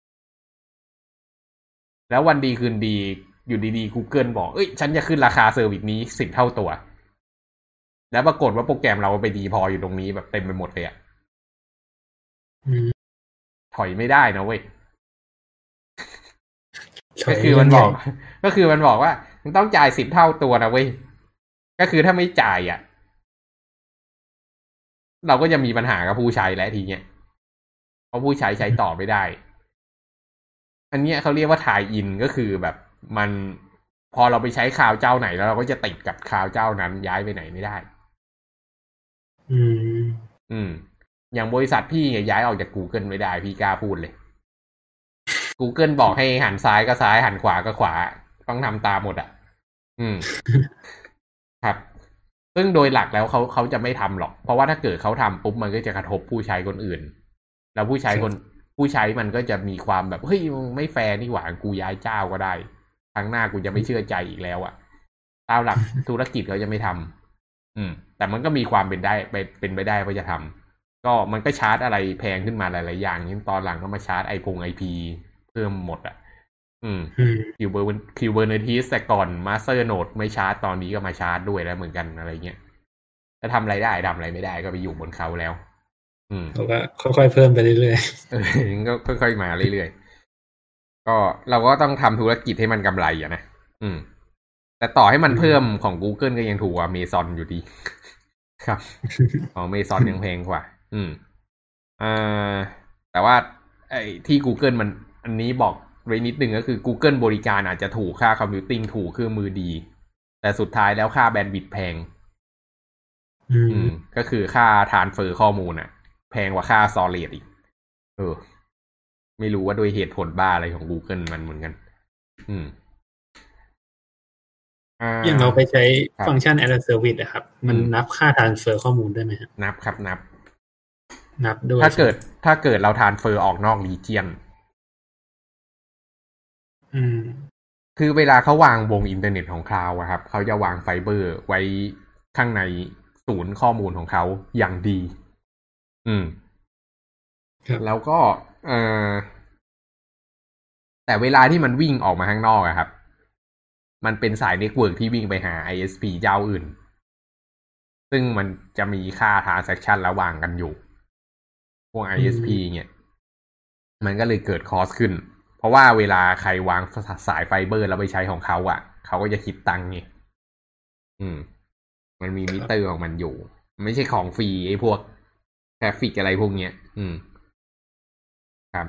แล้ววันดีคืนดีอยู่ดีๆ Google บอกเอ้ยฉันจะขึ้นราคาเซอร์วิสนี้สิบเท่าตัวแล้วปรากฏว่าโปรแกรมเราไปดีพออยู่ตรงนี้แบบเต็มไปหมดเลยอ่ะถอยไม่ได้นะเว้ยก็คือมันบอกก็คือมันบอกว่ามันต้องจ่ายสิบเท่าตัวนะเว้ยก็คือถ้าไม่จ่ายอ่ะเราก็จะมีปัญหากับผู้ใช้และทีเนี้ยเพราะผู้ใช้ใช้ต่อไม่ได้อันเนี้ยเขาเรียกว่าทายอินก็คือแบบมันพอเราไปใช้คลาวด์เจ้าไหนแล้วเราก็จะติดกับคลาวด์เจ้านั้นย้ายไปไหนไม่ได้อืมอืมอย่างบริษัทพี่ย้ายออกจาก Google ไม่ได้พี่กล้าพูดเลย Google บอกให้หันซ้ายก็ซ้ายหันขวาก็ขวาต้องทำตามหมดอ่ะอืมครับซึ่งโดยหลักแล้วเขาเขาจะไม่ทำหรอกเพราะว่าถ้าเกิดเขาทำปุ๊บมันก็จะกระทบผู้ใช้คนอื่นแล้วผู้ใช้คนผู้ใช้มันก็จะมีความแบบเฮ้ยไม่แฟร์นี่หว่ากูย้ายเจ้าก็ได้ครั้งหน้ากูจะไม่เชื่อใจอีกแล้วอ่ะตามหลักธุรกิจเขาจะไม่ทำอืมแต่มันก็มีความเป็นได้เป็นไปได้ว่าจะทำก็มันก็ชาร์จอะไรแพงขึ้นมาหลายๆอย่างยิ่งตอนหลังก็มาชาร์จไอพงไอพีเพิ่มหมดอ่ะอืมคิวเบอร์คิวเบอร์เนทีสแต่ก่อนมาสเตอร์โนดไม่ชาร์จตอนนี้ก็มาชาร์จด้วยแล้วเหมือนกันอะไรเงี้ยจะทำอะไรได้ทำอะไรไม่ได้ก็ไปอยู่บนเขาแล้ว อืมเขาก็ค่อยๆเพิ่มไปเรื่อยๆเออก็ค่อยๆมาเรื่อยๆก็เราก็ต้องทำธุรกิจให้มันกำไรอ่ะนะอืมแต่ต่อให้มันเพิ่มของ Google ก็ยังถูกกว่า Amazon อยู่ดีครับของ Amazon ยังแพงกว่าอืมอ่าแต่ว่าไอ้ที่ Google มันอันนี้บอกไว้นิดนึงก็คือ Google บริการอาจจะถูกค่าคอมพิวติ้งถูกเครื่องมือดีแต่สุดท้ายแล้วค่าแบนด์วิดต์แพงอืมก็คือค่าทรานสเฟอร์ข้อมูลอ่ะแพงกว่าค่าซอลเลดอีกเออไม่รู้ว่าด้วยเหตุผลบ้าอะไรของ Google มันเหมือนกันอืมอย่างเราไปใช้ฟังก์ชัน as a service อะครับมันนับค่า transfer ข้อมูลได้ไหมครับนับครับนับนับด้วยถ้าเกิดถ้าเกิดเรา transfer ออกนอก region อืมคือเวลาเขาวางวงอินเทอร์เน็ตของคลาวด์อะครับเขาจะวางไฟเบอร์ไว้ข้างในศูนย์ข้อมูลของเขาอย่างดีอืมแล้วก็เอ่อแต่เวลาที่มันวิ่งออกมาข้างนอกอะครับมันเป็นสายเน็ตเวิร์กที่วิ่งไปหา ไอ เอส พี เจ้าอื่นซึ่งมันจะมีค่า transaction ระหว่างกันอยู่พวก ไอ เอส พี เนี่ยมันก็เลยเกิดคอสขึ้นเพราะว่าเวลาใครวางสายไฟเบอร์แล้วไปใช้ของเขาอ่ะเขาก็จะคิดตังค์ไงอืมมันมีมิเตอร์ของมันอยู่ไม่ใช่ของฟรีไอ้พวกทราฟฟิกอะไรพวกเนี้ยอืมครับ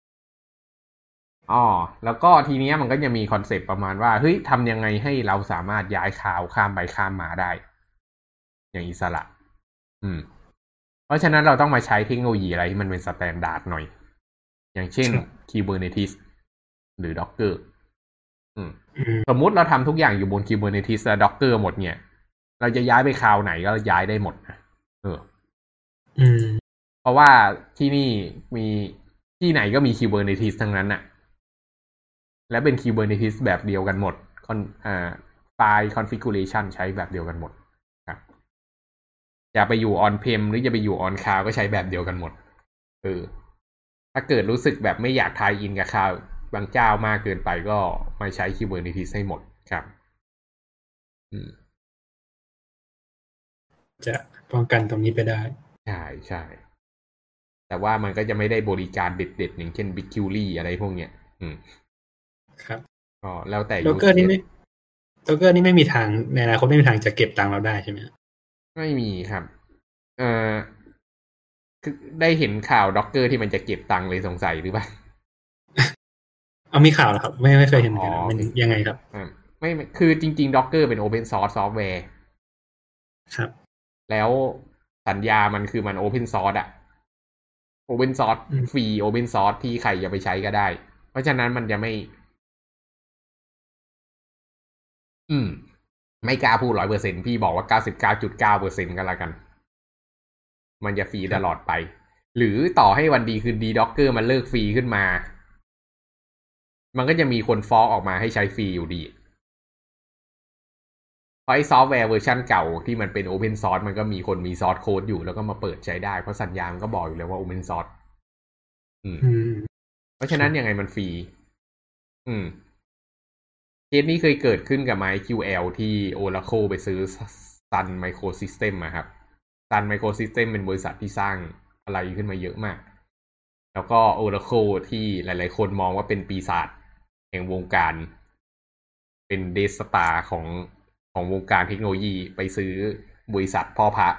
อ๋อแล้วก็ทีเนี้ยมันก็จะมีคอนเซปต์ประมาณว่าเฮ้ยทำยังไงให้เราสามารถย้ายข่าวข้ามไปข้ามมาได้อย่างอิสระอืมเพราะฉะนั้นเราต้องมาใช้เทคโนโลยีอะไรที่มันเป็นสแตนดาร์ดหน่อยอย่างเช่น Kubernetes หรือ Docker อืมสมมุติเราทำทุกอย่างอยู่บน Kubernetes และ Docker หมดเนี่ยเราจะย้ายไปคลาวด์ไหนก็ย้ายได้หมดนะเอออืมเพราะว่าที่นี่มีที่ไหนก็มี Kubernetes ทั้งนั้นน่ะและเป็น Kubernetes แบบเดียวกันหมดคอนอ่าไฟล์ configuration ใช้แบบเดียวกันหมดครับจะไปอยู่ on prem หรือจะไปอยู่ on cloud ก็ใช้แบบเดียวกันหมดเออถ้าเกิดรู้สึกแบบไม่อยากทายอินกับ cloud บางเจ้ามากเกินไปก็ไม่ใช้ Kubernetes ให้หมดครับอืมจะป้องกันตรงนี้ไปได้ใช่ใช่แต่ว่ามันก็จะไม่ได้บริการเด็ดๆอย่างเช่น BigQuery อะไรพวกเนี้ยอืมครับก็แล้วแต่ Docker นี่ไม่ Docker นี่ไม่มีทางในอนาคตไม่มีทางจะเก็บตังค์เราได้ใช่ไหมไม่มีครับเอ่อคือได้เห็นข่าว Docker ที่มันจะเก็บตังค์เลยสงสัยหรือเปล่าเอามีข่าวเหรอครับไม่ไม่เคยเห็นกันมันยังไงครับอ่าไม่คือจริงๆ Docker เป็น Open Source Software ครับแล้วสัญญามันคือมัน Open Source อะ Open Source ฟรี Open Source ที่ใครจะไปใช้ก็ได้เพราะฉะนั้นมันจะไม่อืมไม่กล้าพูด ร้อยเปอร์เซ็นต์ พี่บอกว่า เก้าสิบเก้าจุดเก้าเปอร์เซ็นต์ ก็แล้วกันมันจะฟรีตลอดไปหรือต่อให้วันดีคืนดี Docker มันเลิกฟรีขึ้นมามันก็จะมีคนฟ้องออกมาให้ใช้ฟรีอยู่ดีเพราะไอ้ซอฟต์แวร์เวอร์ชันเก่าที่มันเป็น Open Source มันก็มีคนมีซอร์สโค้ดอยู่แล้วก็มาเปิดใช้ได้เพราะสัญญามันก็บอกอยู่แล้วว่า Open Source อืมเพราะฉะนั้นยังไงมันฟรีอืมเคสนี้เคยเกิดขึ้นกับ MySQL ที่ Oracle ไปซื้อ Sun Microsystem อะครับ Sun Microsystem เป็นบริษัทที่สร้างอะไรขึ้นมาเยอะมากแล้วก็ Oracle ที่หลายๆคนมองว่าเป็นปีศาจแห่งวงการเป็นเดสตาร์ของของวงการเทคโนโลยีไปซื้อบริษัทพ่อพระ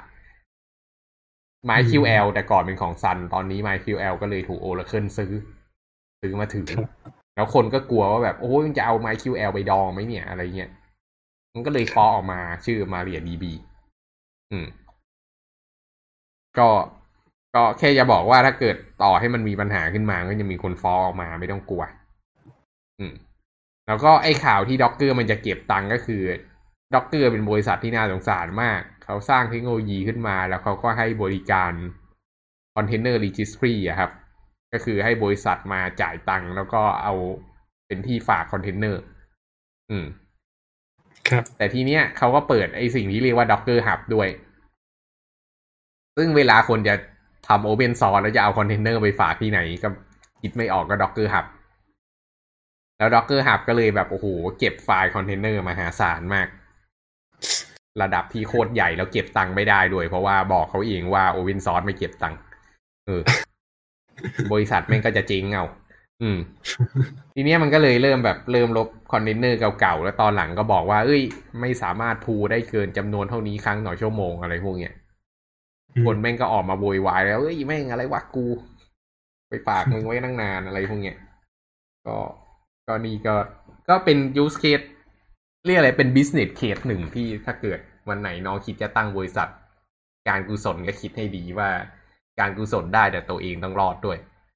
MySQL แต่ก่อนเป็นของ Sun ตอนนี้ MySQL ก็เลยถูก Oracle ซื้อซื้อมาถือแล้วคนก็กลัวว่าแบบโอ้ยมันจะเอา MySQL ไปดองไหมเนี่ยอะไรเงี้ยมันก็เลยฟ้องออกมาชื่อ MariaDB อืมก็ก็แค่จะบอกว่าถ้าเกิดต่อให้มันมีปัญหาขึ้นมาก็จะมีคนฟ้องออกมาไม่ต้องกลัวอืมแล้วก็ไอ้ข่าวที่ Docker มันจะเก็บตังค์ก็คือ Docker เป็นบริษัทที่น่าสงสารมากเขาสร้างเทคโนโลยีขึ้นมาแล้วเขาก็ให้บริการ Container Registry อะครับก็คือให้บริษัทมาจ่ายตังค์แล้วก็เอาเป็นที่ฝากคอนเทนเนอร์อืมครับแต่ทีเนี้ยเขาก็เปิดไอ้สิ่งที่เรียกว่า Docker Hub ด้วยซึ่งเวลาคนจะทำ Open Source แล้วจะเอาคอนเทนเนอร์ไปฝากที่ไหนก็คิดไม่ออกก็ Docker Hub แล้ว Docker Hub ก็เลยแบบโอ้โหเก็บไฟล์คอนเทนเนอร์มหาศาลมากระดับที่โคตรใหญ่แล้วเก็บตังค์ไม่ได้ด้วยเพราะว่าบอกเขาเองว่า Open Source ไม่เก็บตังค์เออบริษัทแม่งก็จะเจ๊งเอาอืมทีนี้มันก็เลยเริ่มแบบเริ่มลบคอนเทนเนอร์เก่าๆแล้วตอนหลังก็บอกว่าเอ้ยไม่สามารถพูได้เกินจำนวนเท่านี้ครั้งต่อชั่วโมงอะไรพวกเนี้ยคนแม่งก็ออกมาโวยวายแล้วเอ้ยแม่งอะไรวะกูไปฝากมึงไว้ตั้งนานอะไรพวกเนี้ยก็ก็นี่ก็ก็เป็น use case เรียกอะไรเป็น business case หนึ่งที่ถ้าเกิดวันไหนน้องคิดจะตั้งบริษัทการกุศลก็คิดให้ดีว่าการกุศลได้แต่ตัวเองต้องรอดด้วย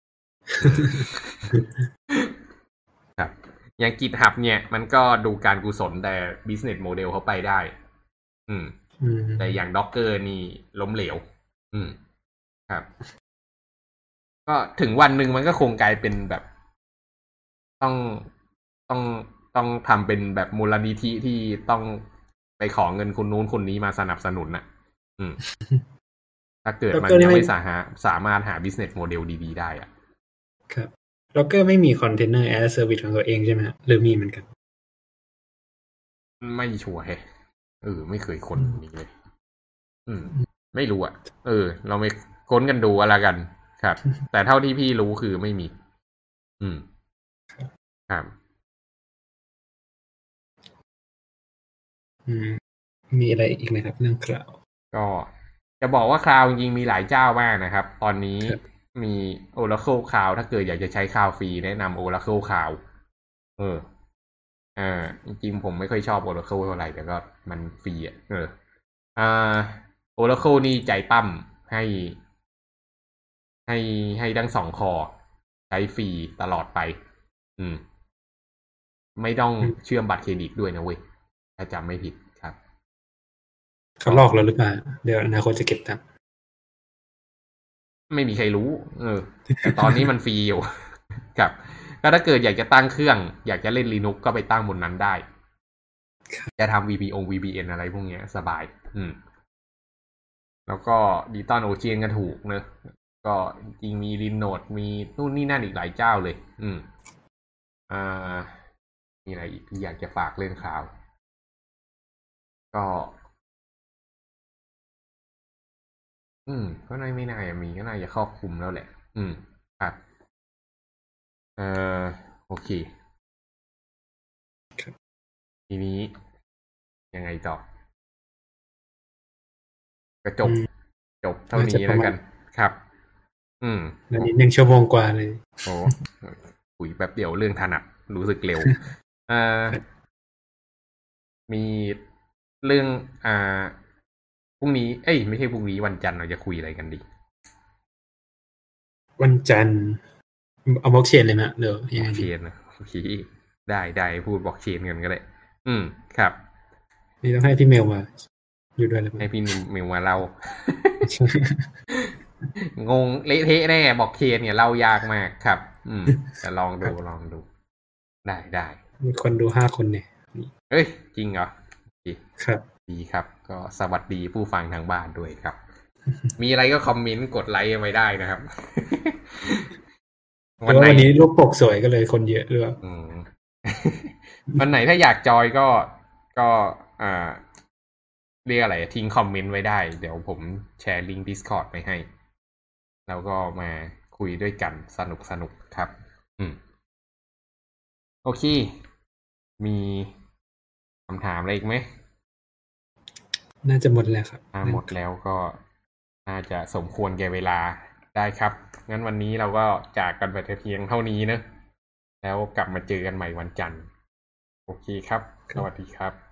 ครับอย่าง GitHub เนี่ยมันก็ดูการกุศลแต่ business model เขาไปได้อืมแต่อย่าง Docker นี่ล้มเหลวอืมครับก็ถึงวันหนึ่งมันก็คงกลายเป็นแบบต้องต้องต้องทำเป็นแบบมูลนิธิที่ต้องไปขอเงินคนนู้นคนนี้มาสนับสนุนน่ะอืมถ้าเกิดมันยังไม่สามารถสามารถหา business model ดีๆได้อ่ะครับ Docker ไม่มี Container as a Service ของตัวเองใช่ไหมหรือมีเหมือนกันไม่ชัวร์แฮะเออไม่เคยค้นนี้เลยอืมไม่รู้อ่ะเออเราไม่ค้นกันดูอะไรกันครับแต่เท่าที่พี่รู้คือไม่มีอืมครับอืมมีอะไรอีกไหมครับเรื่องคลาวด์ก็จะบอกว่าคลาวด์จริงๆมีหลายเจ้ามากนะครับตอนนี้มี Oracle Cloud ถ้าเกิดอยากจะใช้คลาวด์ฟรีแนะนำ Oracle Cloud เอออ่าจริงๆผมไม่ค่อยชอบ Oracle เท่าไหร่แต่ก็มันฟรีอ่ะเอออ่า Oracle นี่ใจปั้มให้ให้ให้ทั้งสองคอใช้ฟรีตลอดไปอืมไม่ต้องเชื่อมบัตรเครดิตด้วยนะเว้ยถ้าจำไม่ผิดครับเขาลอกเราหรือเปล่าเดี๋ยวอนาคตจะเก็บตังค์ไม่มีใครรู้เออแต่ตอนนี้มันฟรีอยู่ครับก็ถ้าเกิดอยากจะตั้งเครื่องอยากจะเล่น Linux ก็ไปตั้งบนนั้นได้จะทำ วี พี โอ วี พี เอ็น อะไรพวกเนี้ยสบายอืมแล้วก็ดิจิตอลโอเชียนก็ถูกเนอะก็จริงมีลินโนดมีนู่นนี่นั่นอีกหลายเจ้าเลยอืมอ่ามีอะไรอีกที่อยากจะฝากเรื่องข่าวก็อืมก็น่าไม่น่าจะมีก็น่าจะครอบคลุมแล้วแหละอืมครับเอ่อโอเคทีนี้ยังไงต่อก็จบจบเท่านี้แล้วกันครับอืมวันนี้หนึ่งชั่วโมงกว่าเลยโอ้คุยแป๊บเดียวเรื่องถนัดรู้สึกเร็วอ่ามีเรื่องอ่าพรุ่งนี้เอ้ยไม่ใช่พรุ่งนี้วันจันทร์เราจะคุยอะไรกันดีวันจันทร์เอาบล็อกเชนเลยนะเดี๋ยวบล็อกเชนนะโอเคได้ได้พูดบล็อกเชนกันก็ได้อืมครับนี่ต้องให้พี่เมลมาอยู่ด้วยเลยให้พี่เมลมาเล่างงเละเทะแน่บล็อกเชนเนี่ยเล่ายากมากครับอืมแต่ลองดูลองดูได้ได้มีคนดูห้าคนเนี่ยเอ้ยจริงเหรอครับดีครับก็สวัสดีผู้ฟังทางบ้านด้วยครับมีอะไรก็คอมเมนต์กดไลค์ไว้ได้นะครับวันไหนวันนี้รูปปกสวยก็เลยคนเยอะหรือเปล่าวันไหนถ้าอยากจอยก็ก็อ่าเรียกอะไรทิ้งคอมเมนต์ไว้ได้เดี๋ยวผมแชร์ลิงก์ Discord ไปให้แล้วก็มาคุยด้วยกันสนุกสนุกครับอืมโอเคมีคำถามอะไรอีกไหมน่าจะหมดแล้วครับถ้าหมดแล้วก็น่าจะสมควรแก่เวลาได้ครับงั้นวันนี้เราก็จากกันไปเพียงเท่านี้นะแล้วกลับมาเจอกันใหม่วันจันทร์โอเคครับสวัสดีครับ